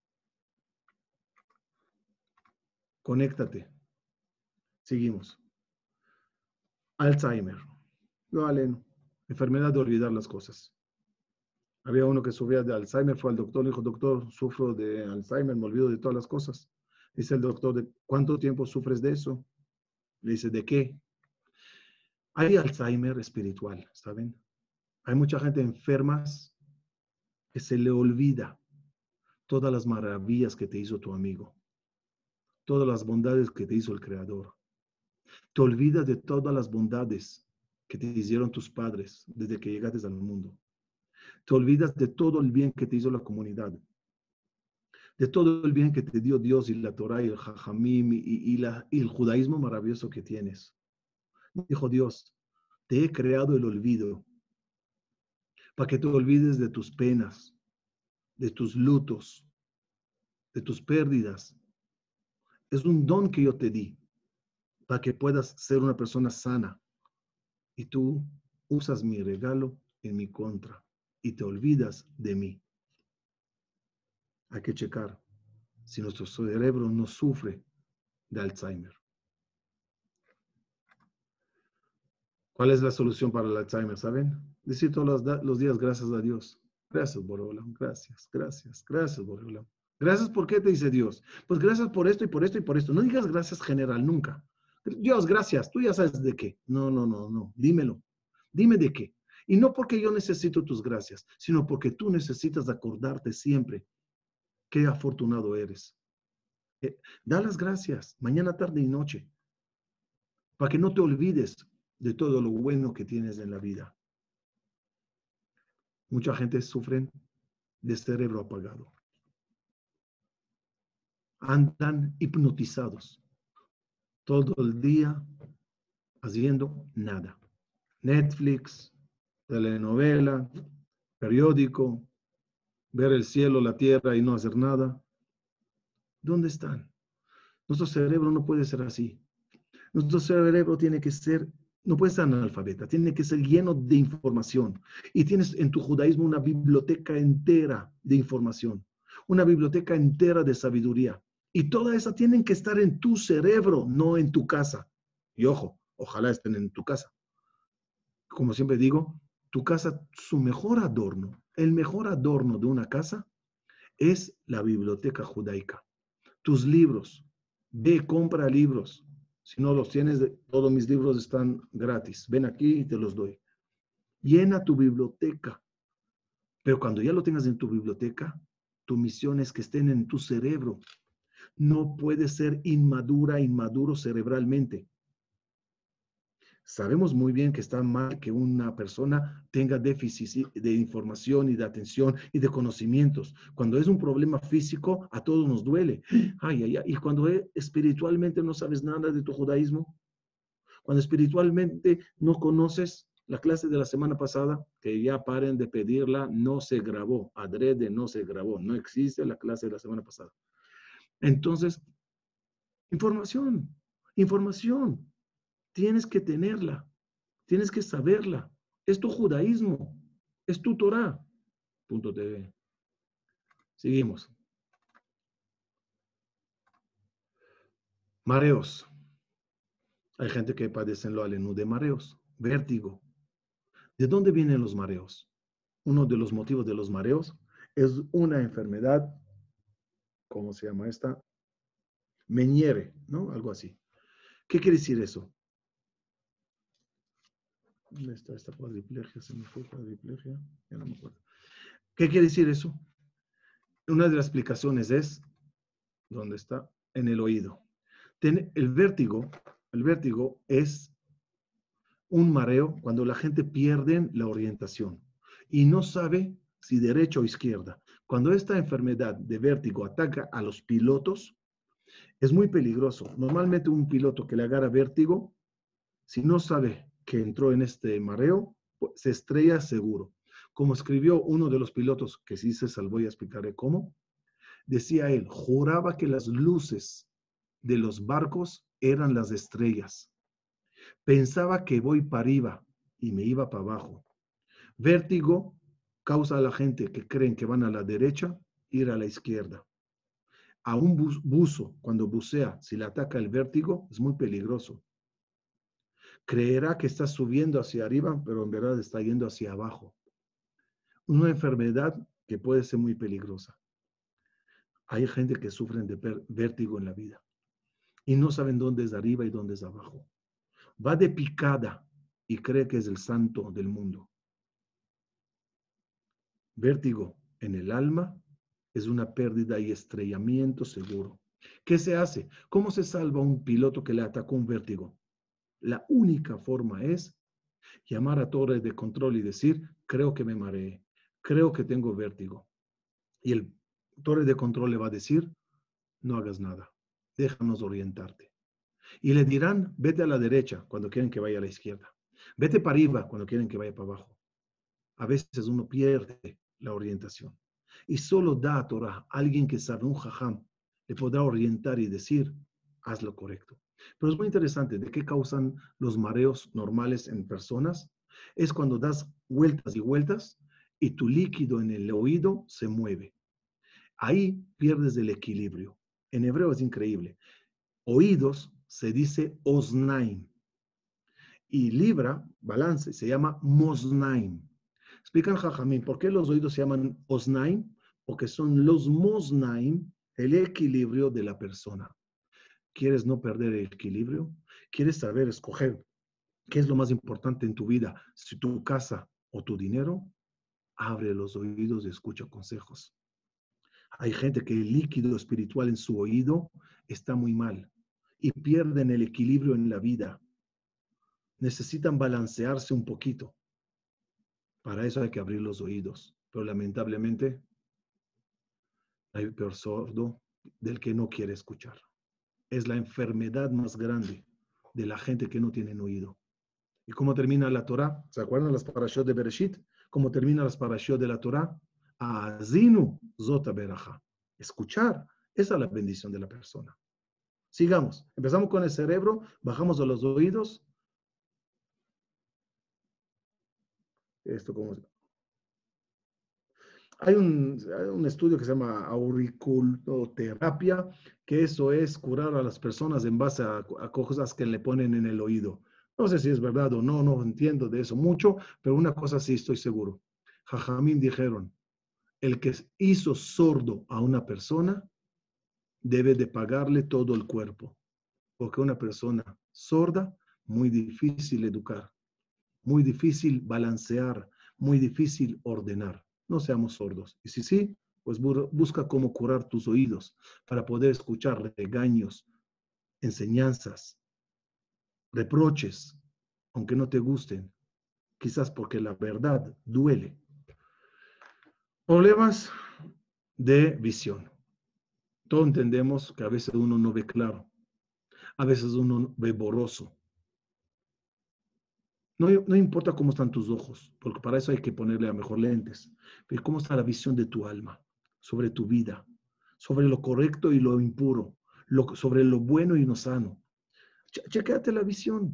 Conéctate. Seguimos. Alzheimer. Vale, enfermedad de olvidar las cosas. Había uno que sufría de Alzheimer, fue al doctor, le dijo, doctor, sufro de Alzheimer, me olvido de todas las cosas. Dice el doctor, ¿de cuánto tiempo sufres de eso? Le dice, ¿de qué? Hay Alzheimer espiritual, ¿saben? Hay mucha gente enferma que se le olvida todas las maravillas que te hizo tu amigo, todas las bondades que te hizo el Creador. Te olvidas de todas las bondades que te hicieron tus padres desde que llegaste al mundo. Te olvidas de todo el bien que te hizo la comunidad, de todo el bien que te dio Dios y la Torah y el Jajamim y el judaísmo maravilloso que tienes. Dijo Dios, te he creado el olvido para que te olvides de tus penas, de tus lutos, de tus pérdidas. Es un don que yo te di para que puedas ser una persona sana. Y tú usas mi regalo en mi contra y te olvidas de mí. Hay que checar si nuestro cerebro no sufre de Alzheimer. ¿Cuál es la solución para el Alzheimer? ¿Saben? Decir todos los días gracias a Dios. Gracias, Boreolam. Gracias, gracias, gracias, Boreolam. Gracias, ¿por qué te dice Dios? Pues gracias por esto y por esto y por esto. No digas gracias general nunca. Dios, gracias. Tú ya sabes de qué. No. Dímelo. Dime de qué. Y no porque yo necesito tus gracias, sino porque tú necesitas acordarte siempre qué afortunado eres. Da las gracias mañana, tarde y noche, para que no te olvides de todo lo bueno que tienes en la vida. Mucha gente sufre de cerebro apagado. Andan hipnotizados todo el día haciendo nada. Netflix, telenovela, periódico, ver el cielo, la tierra y no hacer nada. ¿Dónde están? Nuestro cerebro no puede ser así. Nuestro cerebro tiene que ser, no puede ser analfabeta, tiene que ser lleno de información. Y tienes en tu judaísmo una biblioteca entera de información, una biblioteca entera de sabiduría. Y toda esa tienen que estar en tu cerebro, no en tu casa. Y ojo, ojalá estén en tu casa. Como siempre digo, tu casa, su mejor adorno, el mejor adorno de una casa es la biblioteca judaica. Tus libros, ve, compra libros. Si no los tienes, todos mis libros están gratis. Ven aquí y te los doy. Llena tu biblioteca. Pero cuando ya lo tengas en tu biblioteca, tu misión es que estén en tu cerebro. No puedes ser inmaduro cerebralmente. Sabemos muy bien que está mal que una persona tenga déficit de información y de atención y de conocimientos. Cuando es un problema físico, a todos nos duele. Y cuando espiritualmente no sabes nada de tu judaísmo, cuando espiritualmente no conoces la clase de la semana pasada, que ya paren de pedirla, no se grabó, adrede no se grabó, no existe la clase de la semana pasada. Entonces, información. Tienes que tenerla, tienes que saberla. Es tu judaísmo, es tu Torah. .tv. Seguimos. Mareos. Hay gente que padece lo alenu de mareos, vértigo. ¿De dónde vienen los mareos? Uno de los motivos de los mareos es una enfermedad, ¿cómo se llama esta? Meniere, ¿no? Algo así. ¿Qué quiere decir eso? ¿Dónde está esta cuadriplegia? Se me fue cuadriplegia. Ya no me acuerdo. ¿Qué quiere decir eso? Una de las explicaciones es, ¿dónde está? En el oído. El vértigo es un mareo cuando la gente pierde la orientación y no sabe si derecha o izquierda. Cuando esta enfermedad de vértigo ataca a los pilotos, es muy peligroso. Normalmente un piloto que le agarra vértigo, si no sabe que entró en este mareo, se estrella seguro. Como escribió uno de los pilotos, que sí se salvó y explicaré cómo, decía él, juraba que las luces de los barcos eran las estrellas. Pensaba que voy para arriba y me iba para abajo. Vértigo causa a la gente que creen que van a la derecha, ir a la izquierda. A un buzo, cuando bucea, si le ataca el vértigo, es muy peligroso. Creerá que está subiendo hacia arriba, pero en verdad está yendo hacia abajo. Una enfermedad que puede ser muy peligrosa. Hay gente que sufre de vértigo en la vida y no saben dónde es arriba y dónde es abajo. Va de picada y cree que es el santo del mundo. Vértigo en el alma es una pérdida y estrellamiento seguro. ¿Qué se hace? ¿Cómo se salva un piloto que le atacó un vértigo? La única forma es llamar a torre de control y decir, creo que me mareé, creo que tengo vértigo. Y el torre de control le va a decir, no hagas nada, déjanos orientarte. Y le dirán, vete a la derecha cuando quieren que vaya a la izquierda. Vete para arriba cuando quieren que vaya para abajo. A veces uno pierde la orientación. Y solo da a Torah, alguien que sabe, un jajam, le podrá orientar y decir, haz lo correcto. Pero es muy interesante, ¿de qué causan los mareos normales en personas? Es cuando das vueltas y vueltas y tu líquido en el oído se mueve. Ahí pierdes el equilibrio. En hebreo es increíble. Oídos se dice oznaim. Y libra, balance, se llama moznaim. Explican Jajamín, ¿por qué los oídos se llaman oznaim? Porque son los moznaim, el equilibrio de la persona. ¿Quieres no perder el equilibrio? ¿Quieres saber escoger qué es lo más importante en tu vida? Si tu casa o tu dinero, abre los oídos y escucha consejos. Hay gente que el líquido espiritual en su oído está muy mal y pierden el equilibrio en la vida. Necesitan balancearse un poquito. Para eso hay que abrir los oídos. Pero lamentablemente hay peor sordo del que no quiere escuchar. Es la enfermedad más grande de la gente que no tiene oído. ¿Y cómo termina la Torah? ¿Se acuerdan las parashot de Bereshit? ¿Cómo terminan las parashot de la Torah? Azinu zota beraja. Escuchar, esa es la bendición de la persona. Sigamos. Empezamos con el cerebro, bajamos a los oídos. Esto como... Hay un estudio que se llama auriculoterapia, que eso es curar a las personas en base a cosas que le ponen en el oído. No sé si es verdad o no, no entiendo de eso mucho, pero una cosa sí estoy seguro. Jajamín dijeron, el que hizo sordo a una persona debe de pagarle todo el cuerpo, porque una persona sorda, muy difícil educar, muy difícil balancear, muy difícil ordenar. No seamos sordos. Y si sí, pues busca cómo curar tus oídos para poder escuchar regaños, enseñanzas, reproches, aunque no te gusten, quizás porque la verdad duele. Problemas de visión. Todos entendemos que a veces uno no ve claro, a veces uno ve borroso. No importa cómo están tus ojos, porque para eso hay que ponerle a mejor lentes. Pero cómo está la visión de tu alma, sobre tu vida, sobre lo correcto y lo impuro, sobre lo bueno y lo sano. Chequéate la visión.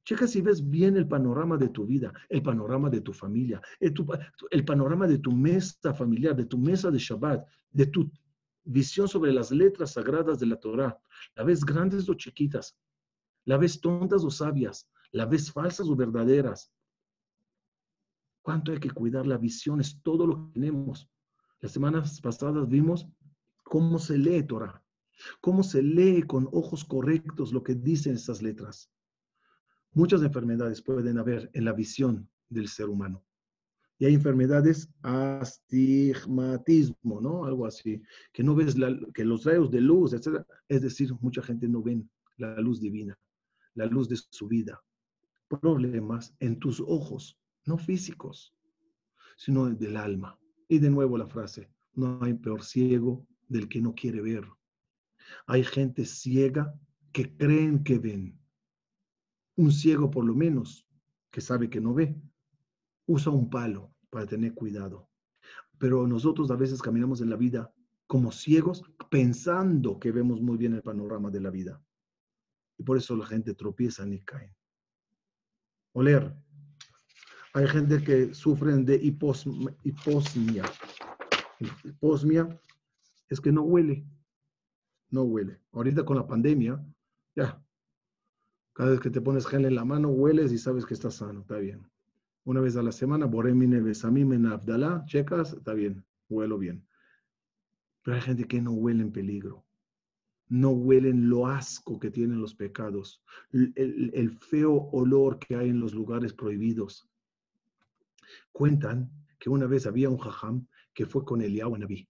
Checa si ves bien el panorama de tu vida, el panorama de tu familia, el panorama de tu mesa familiar, de tu mesa de Shabbat, de tu visión sobre las letras sagradas de la Torah. ¿La ves grandes o chiquitas? ¿La ves tontas o sabias? ¿La ves falsas o verdaderas? ¿Cuánto hay que cuidar la visión? Es todo lo que tenemos. Las semanas pasadas vimos cómo se lee Torah, cómo se lee con ojos correctos lo que dicen estas letras. Muchas enfermedades pueden haber en la visión del ser humano. Y hay enfermedades, astigmatismo, ¿no? Algo así, que no ves que los rayos de luz, etc. Es decir, mucha gente no ven la luz divina, la luz de su vida. Problemas en tus ojos, no físicos, sino del alma. Y de nuevo la frase, no hay peor ciego del que no quiere ver. Hay gente ciega que creen que ven. Un ciego, por lo menos, que sabe que no ve, usa un palo para tener cuidado. Pero nosotros a veces caminamos en la vida como ciegos, pensando que vemos muy bien el panorama de la vida. Y por eso la gente tropieza y cae. Oler. Hay gente que sufren de hiposmia. Hiposmia es que no huele. No huele. Ahorita con la pandemia, ya. Cada vez que te pones gel en la mano, hueles y sabes que estás sano. Está bien. Una vez a la semana, Boremine Besamim en Abdalá, checas, está bien, huelo bien. Pero hay gente que no huele en peligro. No huelen lo asco que tienen los pecados, el feo olor que hay en los lugares prohibidos. Cuentan que una vez había un jajam que fue con Eliyahu Anabí.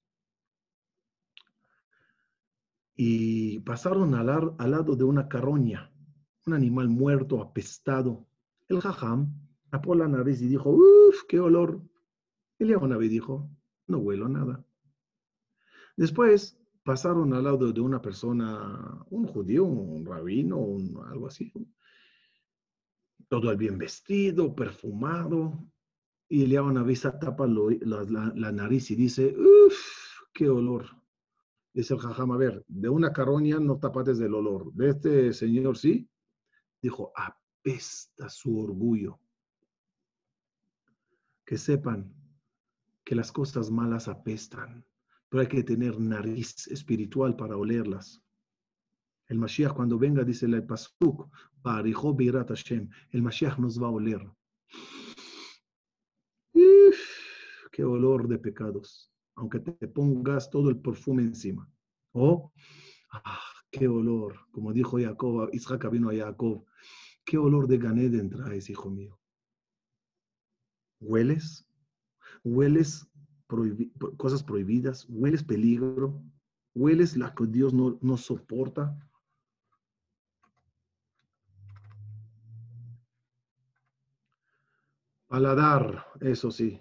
Y pasaron al lado de una carroña, un animal muerto, apestado. El jajam tapó la nariz y dijo, ¡uf, qué olor! Eliyahu Anabí dijo, no huelo nada. Después pasaron al lado de una persona, un judío, un rabino, algo así. Todo el bien vestido, perfumado. Y Eliyahu Anabí tapa la nariz y dice, uff, qué olor. Dice el jajam, a ver, de una carroña no tapates del olor. De este señor sí. Dijo, apesta su orgullo. Que sepan que las cosas malas apestan, pero hay que tener nariz espiritual para olerlas. El Mashiach cuando venga, dice el Pasuk, el Mashiach nos va a oler. Uf, qué olor de pecados, aunque te pongas todo el perfume encima. O, qué olor, como dijo Jacob, Isaac vino a Jacob, qué olor de Gan Eden traes, hijo mío. ¿Hueles? ¿Hueles cosas prohibidas? ¿Hueles peligro? ¿Hueles la que Dios no soporta? Paladar, eso sí.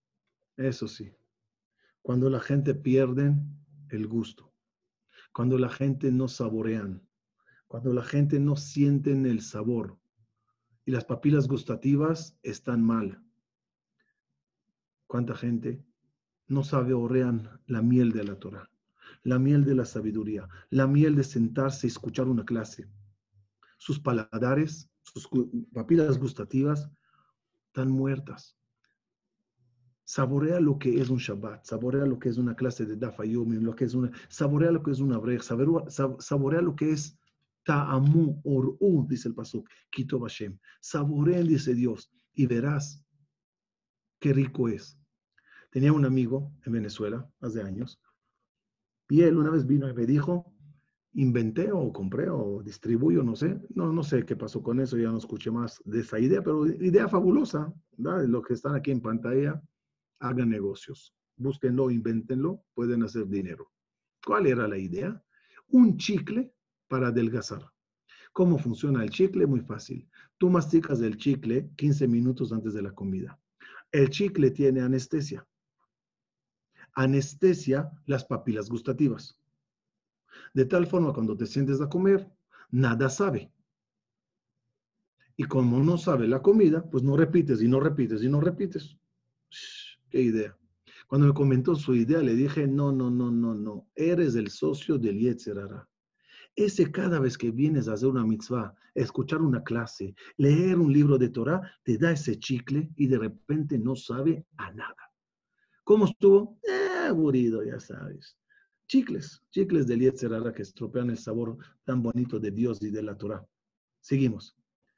Cuando la gente pierde el gusto, cuando la gente no saborean, cuando la gente no sienten el sabor y las papilas gustativas están mal. ¿Cuánta gente no saborean la miel de la Torah, la miel de la sabiduría, la miel de sentarse y escuchar una clase? Sus paladares, sus papilas gustativas están muertas. Saborea lo que es un Shabbat, saborea lo que es una clase de Daf Yomi, saborea lo que es una brej, saborea lo que es Ta'amu Or'u, dice el Pasuk, Kito Bashem. Saborea, dice Dios, y verás qué rico es. Tenía un amigo en Venezuela hace años, y él una vez vino y me dijo, inventé o compré o distribuyo, no sé qué pasó con eso, ya no escuché más de esa idea, pero idea fabulosa, ¿verdad? Los que están aquí en pantalla, hagan negocios, búsquenlo, invéntenlo, pueden hacer dinero. ¿Cuál era la idea? Un chicle para adelgazar. ¿Cómo funciona el chicle? Muy fácil. Tú masticas el chicle 15 minutos antes de la comida. El chicle tiene anestesia. Anestesia las papilas gustativas. De tal forma, cuando te sientes a comer, nada sabe. Y como no sabe la comida, pues no repites y no repites y no repites. ¡Qué idea! Cuando me comentó su idea, le dije, no. Eres el socio del Yetzer Hara. Ese cada vez que vienes a hacer una mitzvah, escuchar una clase, leer un libro de Torah, te da ese chicle y de repente no sabe a nada. ¿Cómo estuvo? Aburrido, ya sabes. Chicles del Yetzer Hara que estropean el sabor tan bonito de Dios y de la Torah. Seguimos.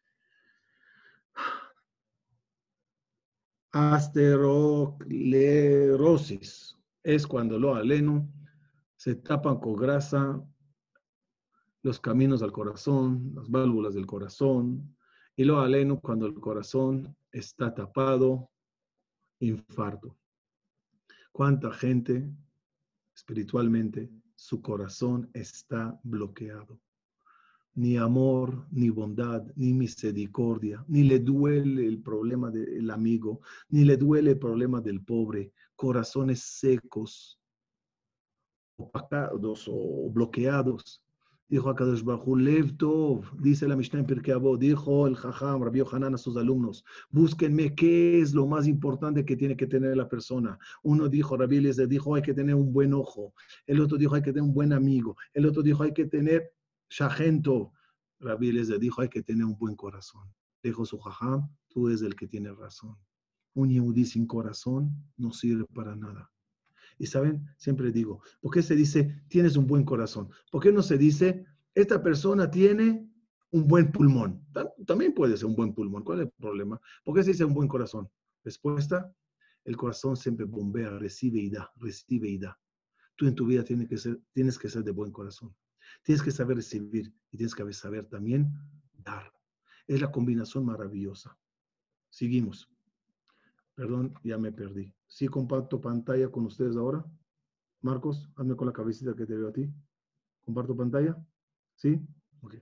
Asterosclerosis es cuando lo aleno se tapan con grasa los caminos al corazón, las válvulas del corazón, y lo aleno cuando el corazón está tapado, infarto. ¿Cuánta gente espiritualmente su corazón está bloqueado? Ni amor, ni bondad, ni misericordia, ni le duele el problema del amigo, ni le duele el problema del pobre. Corazones secos, opacados o bloqueados. Dijo Akadosh Baruj Hu, Lev Tov, dice la Mishnah en Pirkei Avot, dijo el Jajam, Rabbi Yohanan a sus alumnos, búsquenme qué es lo más importante que tiene que tener la persona. Uno dijo, Rabbi Eliezer dijo, hay que tener un buen ojo. El otro dijo, hay que tener un buen amigo. El otro dijo, hay que tener shahento. Rabbi Eliezer dijo, hay que tener un buen corazón. Dijo su Jajam, tú eres el que tiene razón. Un yehudí sin corazón no sirve para nada. Y saben, siempre digo, ¿por qué se dice tienes un buen corazón? ¿Por qué no se dice esta persona tiene un buen pulmón? También puede ser un buen pulmón. ¿Cuál es el problema? ¿Por qué se dice un buen corazón? Respuesta, el corazón siempre bombea, recibe y da, recibe y da. Tú en tu vida tienes que ser de buen corazón. Tienes que saber recibir y tienes que saber también dar. Es la combinación maravillosa. Seguimos. Perdón, ya me perdí. ¿Sí comparto pantalla con ustedes ahora? Marcos, hazme con la cabecita que te veo a ti. ¿Comparto pantalla? ¿Sí? Ok.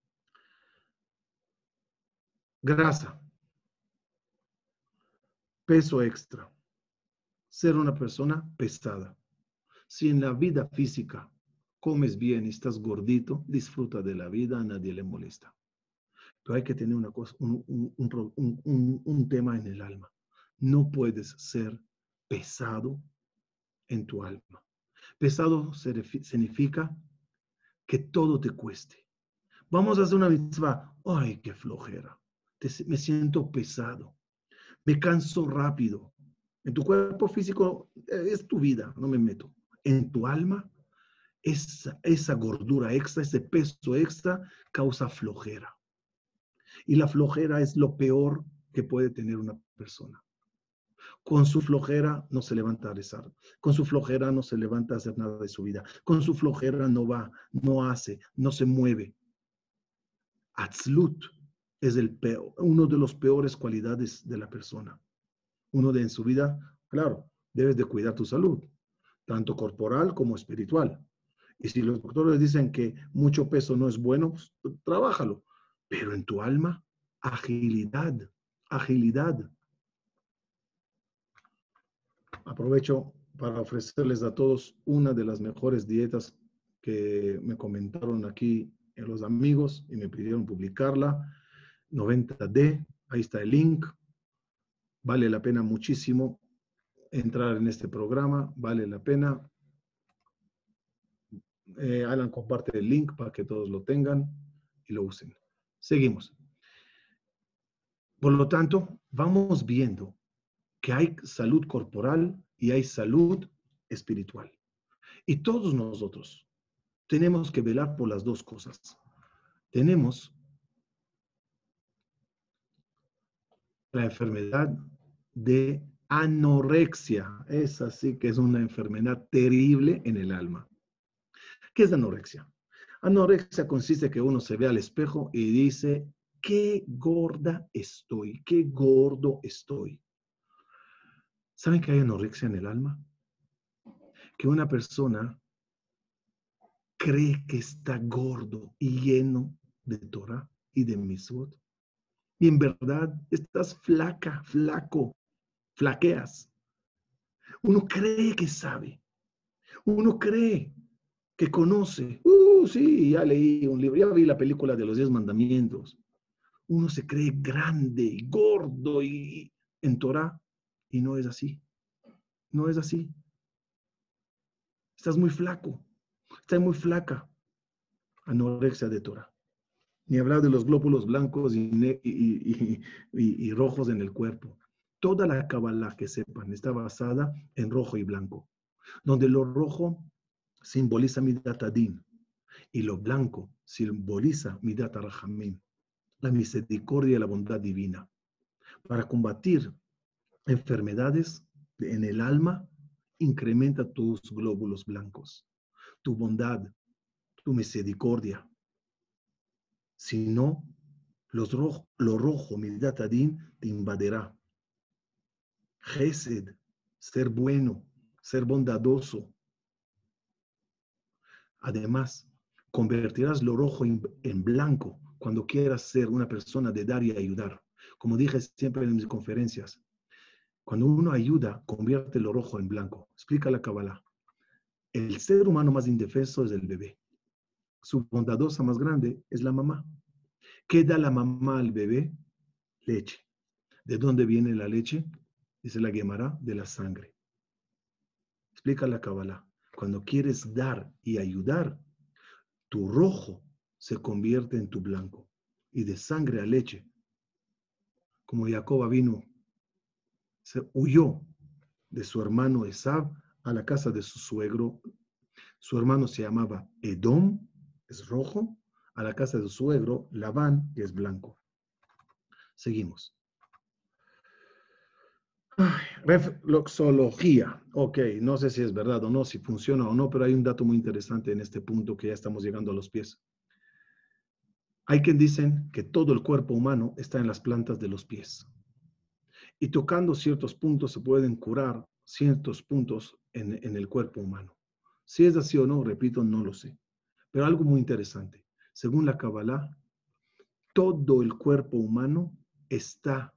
Grasa. Peso extra. Ser una persona pesada. Si en la vida física comes bien y estás gordito, disfruta de la vida, a nadie le molesta. Pero hay que tener una cosa, un tema en el alma. No puedes ser pesado en tu alma. Pesado significa que todo te cueste. Vamos a hacer una mitzvah. Ay, qué flojera. Me siento pesado. Me canso rápido. En tu cuerpo físico es tu vida, no me meto. En tu alma, esa gordura extra, ese peso extra causa flojera. Y la flojera es lo peor que puede tener una persona. Con su flojera no se levanta a rezar. Con su flojera no se levanta a hacer nada de su vida. Con su flojera no va, no hace, no se mueve. Atzlut es uno de los peores cualidades de la persona. Uno en su vida, claro, debes de cuidar tu salud, tanto corporal como espiritual. Y si los doctores dicen que mucho peso no es bueno, pues, trabájalo. Pero en tu alma, agilidad, agilidad. Aprovecho para ofrecerles a todos una de las mejores dietas que me comentaron aquí los amigos y me pidieron publicarla. 90D, ahí está el link. Vale la pena muchísimo entrar en este programa, vale la pena. Alan comparte el link para que todos lo tengan y lo usen. Seguimos. Por lo tanto, vamos viendo que hay salud corporal y hay salud espiritual. Y todos nosotros tenemos que velar por las dos cosas. Tenemos la enfermedad de anorexia. Esa sí que es una enfermedad terrible en el alma. ¿Qué es anorexia? Anorexia consiste en que uno se ve al espejo y dice, qué gorda estoy, qué gordo estoy. ¿Saben que hay anorexia en el alma? Que una persona cree que está gordo y lleno de Torah y de mitzvot. Y en verdad estás flaca, flaco, flaqueas. Uno cree que sabe. Uno cree que conoce. Sí, ya leí un libro, ya vi la película de los 10 mandamientos. Uno se cree grande y gordo y en Torah y no es así. No es así. Estás muy flaco. Estás muy flaca. anorexia de Torah. Ni hablar de los glóbulos blancos y rojos en el cuerpo. Toda la Kabbalah, que sepan, está basada en rojo y blanco, donde lo rojo simboliza Midat Adin y lo blanco simboliza Midat Rahamim, la misericordia y la bondad divina. Para combatir enfermedades en el alma, incrementa tus glóbulos blancos, tu bondad, tu misericordia. Si no, lo rojo, Midat Adin, te invadirá. Gesed, ser bueno, ser bondadoso. Además, convertirás lo rojo en blanco cuando quieras ser una persona de dar y ayudar. Como dije siempre en mis conferencias, cuando uno ayuda, convierte lo rojo en blanco. Explica la Kabbalah. El ser humano más indefenso es el bebé. Su bondadosa más grande es la mamá. ¿Qué da la mamá al bebé? Leche. ¿De dónde viene la leche? Dice la Gemara, de la sangre. Explica la Kabbalah. Cuando quieres dar y ayudar, tu rojo se convierte en tu blanco. Y de sangre a leche. Como Jacob vino, se huyó de su hermano Esab a la casa de su suegro. Su hermano se llamaba Edom, es rojo, a la casa de su suegro Labán, que es blanco. Seguimos. Reflexología. Ok, no sé si es verdad o no, si funciona o no, pero hay un dato muy interesante en este punto que ya estamos llegando a los pies. Hay quien dicen que todo el cuerpo humano está en las plantas de los pies. Y tocando ciertos puntos se pueden curar ciertos puntos en el cuerpo humano. Si es así o no, repito, no lo sé. Pero algo muy interesante. Según la Kabbalah, todo el cuerpo humano está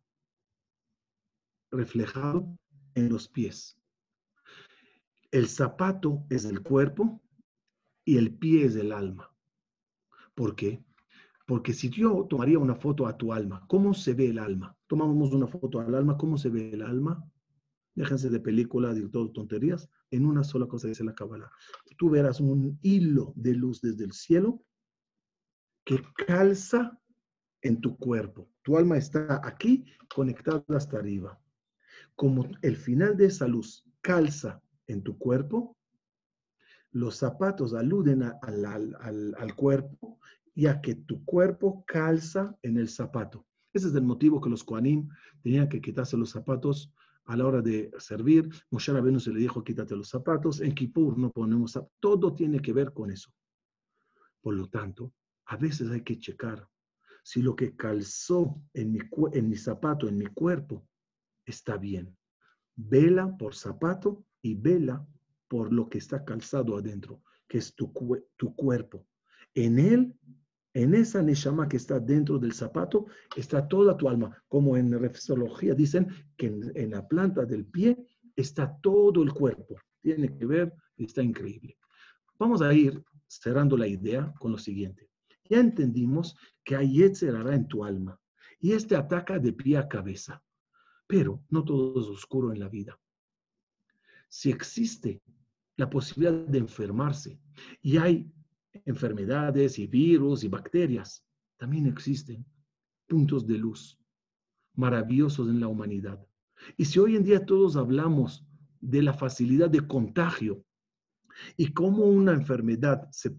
reflejado en los pies. El zapato es el cuerpo y el pie es el alma. ¿Por qué? Porque si yo tomaría una foto a tu alma, ¿cómo se ve el alma? Tomamos una foto al alma, ¿cómo se ve el alma? Déjense de películas y todo tonterías. En una sola cosa dice la Kabbalah. Tú verás un hilo de luz desde el cielo que calza en tu cuerpo. Tu alma está aquí conectada hasta arriba. Como el final de esa luz calza en tu cuerpo, los zapatos aluden al cuerpo, ya que tu cuerpo calza en el zapato. Ese es el motivo que los Kohanim tenían que quitarse los zapatos a la hora de servir. Moshe Rabbeinu se le dijo, quítate los zapatos. En Kippur no ponemos zapatos. Todo tiene que ver con eso. Por lo tanto, a veces hay que checar si lo que calzó en mi zapato, en mi cuerpo, está bien. Vela por zapato y vela por lo que está calzado adentro, que es tu cuerpo. En él, en esa neshama que está dentro del zapato, está toda tu alma. Como en reflexología dicen que en la planta del pie está todo el cuerpo. Tiene que ver, está increíble. Vamos a ir cerrando la idea con lo siguiente. Ya entendimos que hay Yetzer Hara en tu alma y este ataca de pie a cabeza. Pero no todo es oscuro en la vida. Si existe la posibilidad de enfermarse y hay enfermedades y virus y bacterias, también existen puntos de luz maravillosos en la humanidad. Y si hoy en día todos hablamos de la facilidad de contagio y cómo una enfermedad se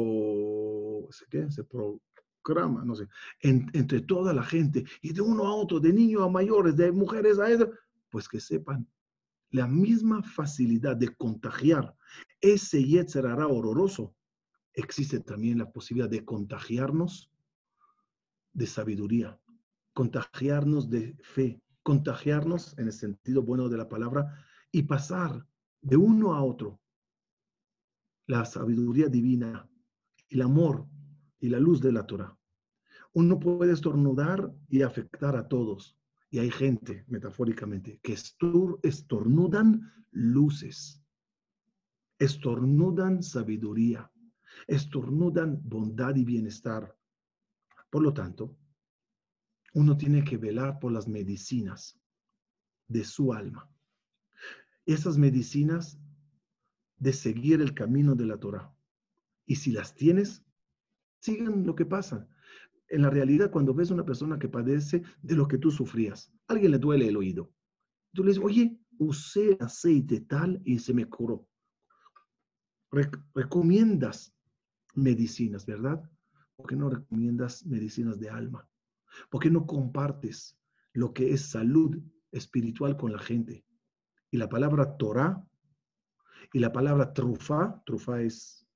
programa, no sé, entre toda la gente y de uno a otro, de niños a mayores, de mujeres a eso, pues que sepan la misma facilidad de contagiar ese Yetzer Hara horroroso, existe también la posibilidad de contagiarnos de sabiduría, contagiarnos de fe, contagiarnos en el sentido bueno de la palabra y pasar de uno a otro la sabiduría divina, el amor y la luz de la Torah. Uno puede estornudar y afectar a todos. Y hay gente, metafóricamente, que estornudan luces, estornudan sabiduría, estornudan bondad y bienestar. Por lo tanto, uno tiene que velar por las medicinas de su alma. Esas medicinas de seguir el camino de la Torah. Y si las tienes, Sigan lo que pasa. En la realidad, cuando ves a una persona que padece de lo que tú sufrías, a alguien le duele el oído. Tú le dices, oye, usé aceite tal y se me curó. Recomiendas medicinas, ¿verdad? ¿Por qué no recomiendas medicinas de alma? ¿Por qué no compartes lo que es salud espiritual con la gente? Y la palabra Torah y la palabra trufá es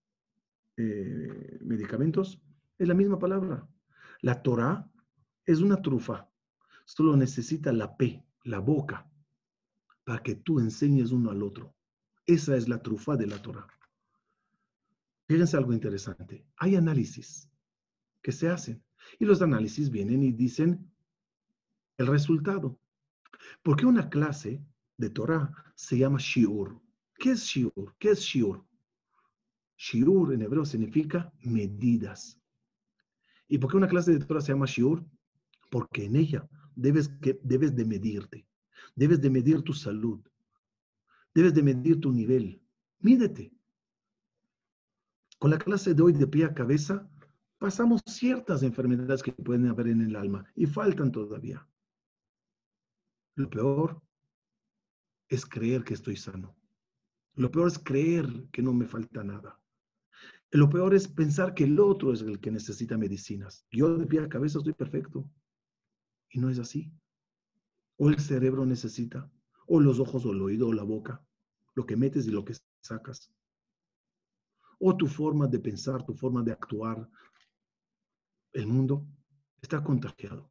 medicamentos, es la misma palabra. La Torah es una trufa, solo necesita la P, la boca, para que tú enseñes uno al otro. Esa es la trufa de la Torah. Fíjense algo interesante. Hay análisis que se hacen y los análisis vienen y dicen el resultado. ¿Por qué una clase de Torah se llama shiur? ¿Qué es shiur? ¿Qué es shiur? Shiur en hebreo significa medidas. ¿Y por qué una clase de Torah se llama shiur? Porque en ella debes de medirte, debes de medir tu salud, debes de medir tu nivel. Mídete. Con la clase de hoy de pie a cabeza, pasamos ciertas enfermedades que pueden haber en el alma y faltan todavía. Lo peor es creer que estoy sano. Lo peor es creer que no me falta nada. Lo peor es pensar que el otro es el que necesita medicinas. Yo de pie a cabeza estoy perfecto. Y no es así. O el cerebro necesita, o los ojos, o el oído, o la boca. Lo que metes y lo que sacas. O tu forma de pensar, tu forma de actuar. El mundo está contagiado.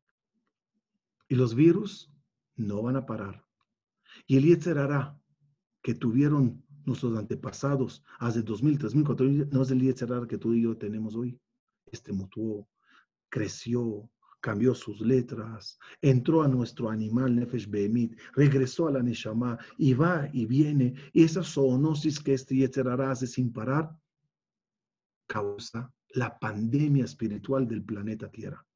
Y los virus no van a parar. Y el Yetzer Hará que tuvieron nuestros antepasados hace 2000, 3000, 4000, no es el Yetzer Hará que tú y yo tenemos hoy. Mutuó, creció, cambió sus letras, entró a nuestro animal Nefesh Behemit, regresó a la Neshama y va y viene. Y esa zoonosis que este Yetzer Hará hace sin parar causa la pandemia espiritual del planeta Tierra.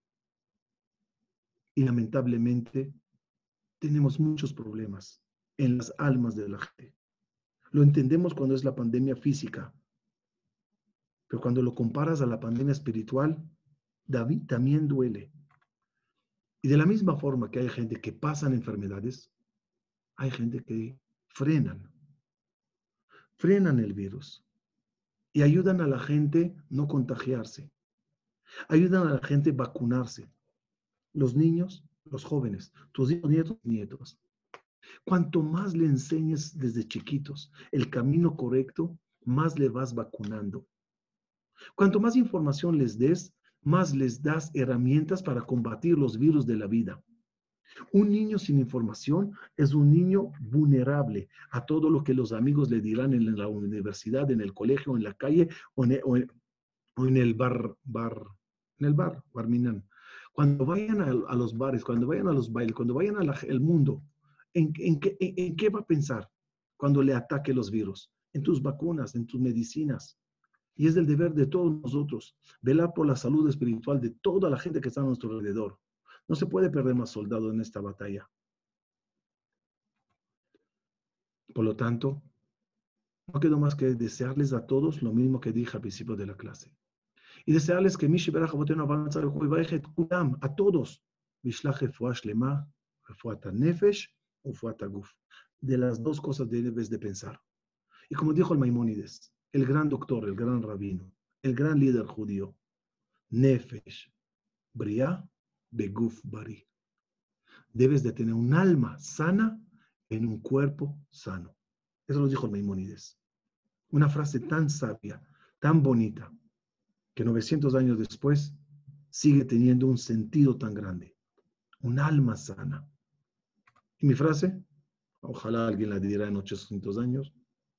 Y lamentablemente tenemos muchos problemas en las almas de la gente. Lo entendemos cuando es la pandemia física, pero cuando lo comparas a la pandemia espiritual, David también duele. Y de la misma forma que hay gente que pasan enfermedades, hay gente que frenan el virus y ayudan a la gente no contagiarse, ayudan a la gente vacunarse. Los niños, los jóvenes, tus hijos, nietos. Cuanto más le enseñes desde chiquitos el camino correcto, más le vas vacunando. Cuanto más información les des, más les das herramientas para combatir los virus de la vida. Un niño sin información es un niño vulnerable a todo lo que los amigos le dirán en la universidad, en el colegio, en la calle o en el bar minan. Cuando vayan a los bares, cuando vayan a los bailes, cuando vayan al mundo, ¿en qué va a pensar cuando le ataque los virus? En tus vacunas, en tus medicinas. Y es del deber de todos nosotros velar por la salud espiritual de toda la gente que está a nuestro alrededor. No se puede perder más soldados en esta batalla. Por lo tanto, no quedo más que desearles a todos lo mismo que dije al principio de la clase. Y desearles que Mishi Berach Abotenu avanza a todos. Vishlach refuah shlema, refuat nefesh, refuat guf. De las dos cosas debes de pensar. Y como dijo el Maimónides, el gran doctor, el gran rabino, el gran líder judío, nefesh, briá, beguf bari. Debes de tener un alma sana en un cuerpo sano. Eso lo dijo el Maimónides. Una frase tan sabia, tan bonita, que 900 años después sigue teniendo un sentido tan grande. Un alma sana. Y mi frase, ojalá alguien la dirá en 800 años,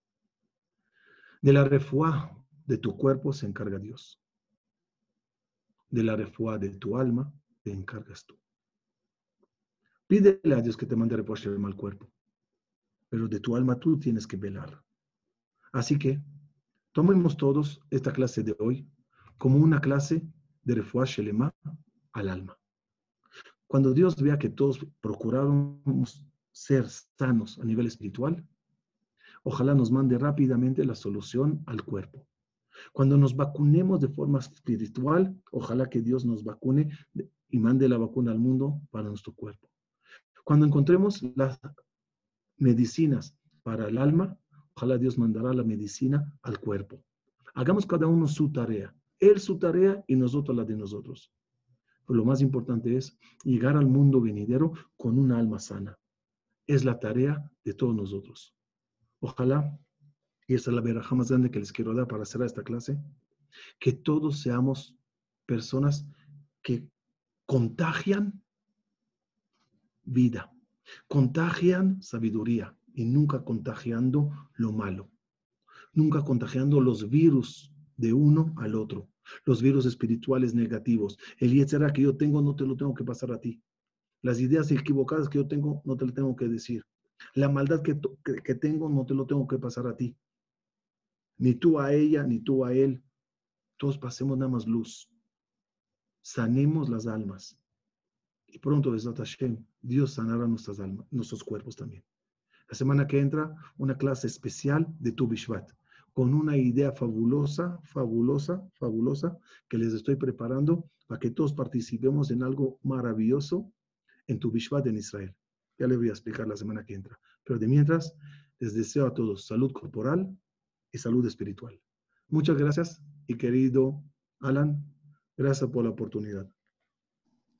de la refuá de tu cuerpo se encarga Dios. De la refuá de tu alma te encargas tú. Pídele a Dios que te mande refuá al cuerpo, pero de tu alma tú tienes que velar. Así que tomemos todos esta clase de hoy como una clase de refuá shelema al alma. Cuando Dios vea que todos procuramos ser sanos a nivel espiritual, ojalá nos mande rápidamente la solución al cuerpo. Cuando nos vacunemos de forma espiritual, ojalá que Dios nos vacune y mande la vacuna al mundo para nuestro cuerpo. Cuando encontremos las medicinas para el alma, ojalá Dios mandará la medicina al cuerpo. Hagamos cada uno su tarea. Él su tarea y nosotros la de nosotros. Pero lo más importante es llegar al mundo venidero con una alma sana. Es la tarea de todos nosotros. Ojalá, y esa es la veraja más grande que les quiero dar para cerrar esta clase, que todos seamos personas que contagian vida, contagian sabiduría y nunca contagiando lo malo, nunca contagiando los virus de uno al otro, los virus espirituales negativos. El yetzerá que yo tengo no te lo tengo que pasar a ti. Las ideas equivocadas que yo tengo no te lo tengo que decir. La maldad que tengo no te lo tengo que pasar a ti. Ni tú a ella, ni tú a él. Todos pasemos nada más luz. Sanemos las almas. Y pronto, Besat Hashem, Dios sanará nuestras almas, nuestros cuerpos también. La semana que entra, una clase especial de Tu Bishvat, con una idea fabulosa, que les estoy preparando para que todos participemos en algo maravilloso en Tu Bishvat en Israel. Ya les voy a explicar la semana que entra. Pero de mientras, les deseo a todos salud corporal y salud espiritual. Muchas gracias y querido Alan, gracias por la oportunidad.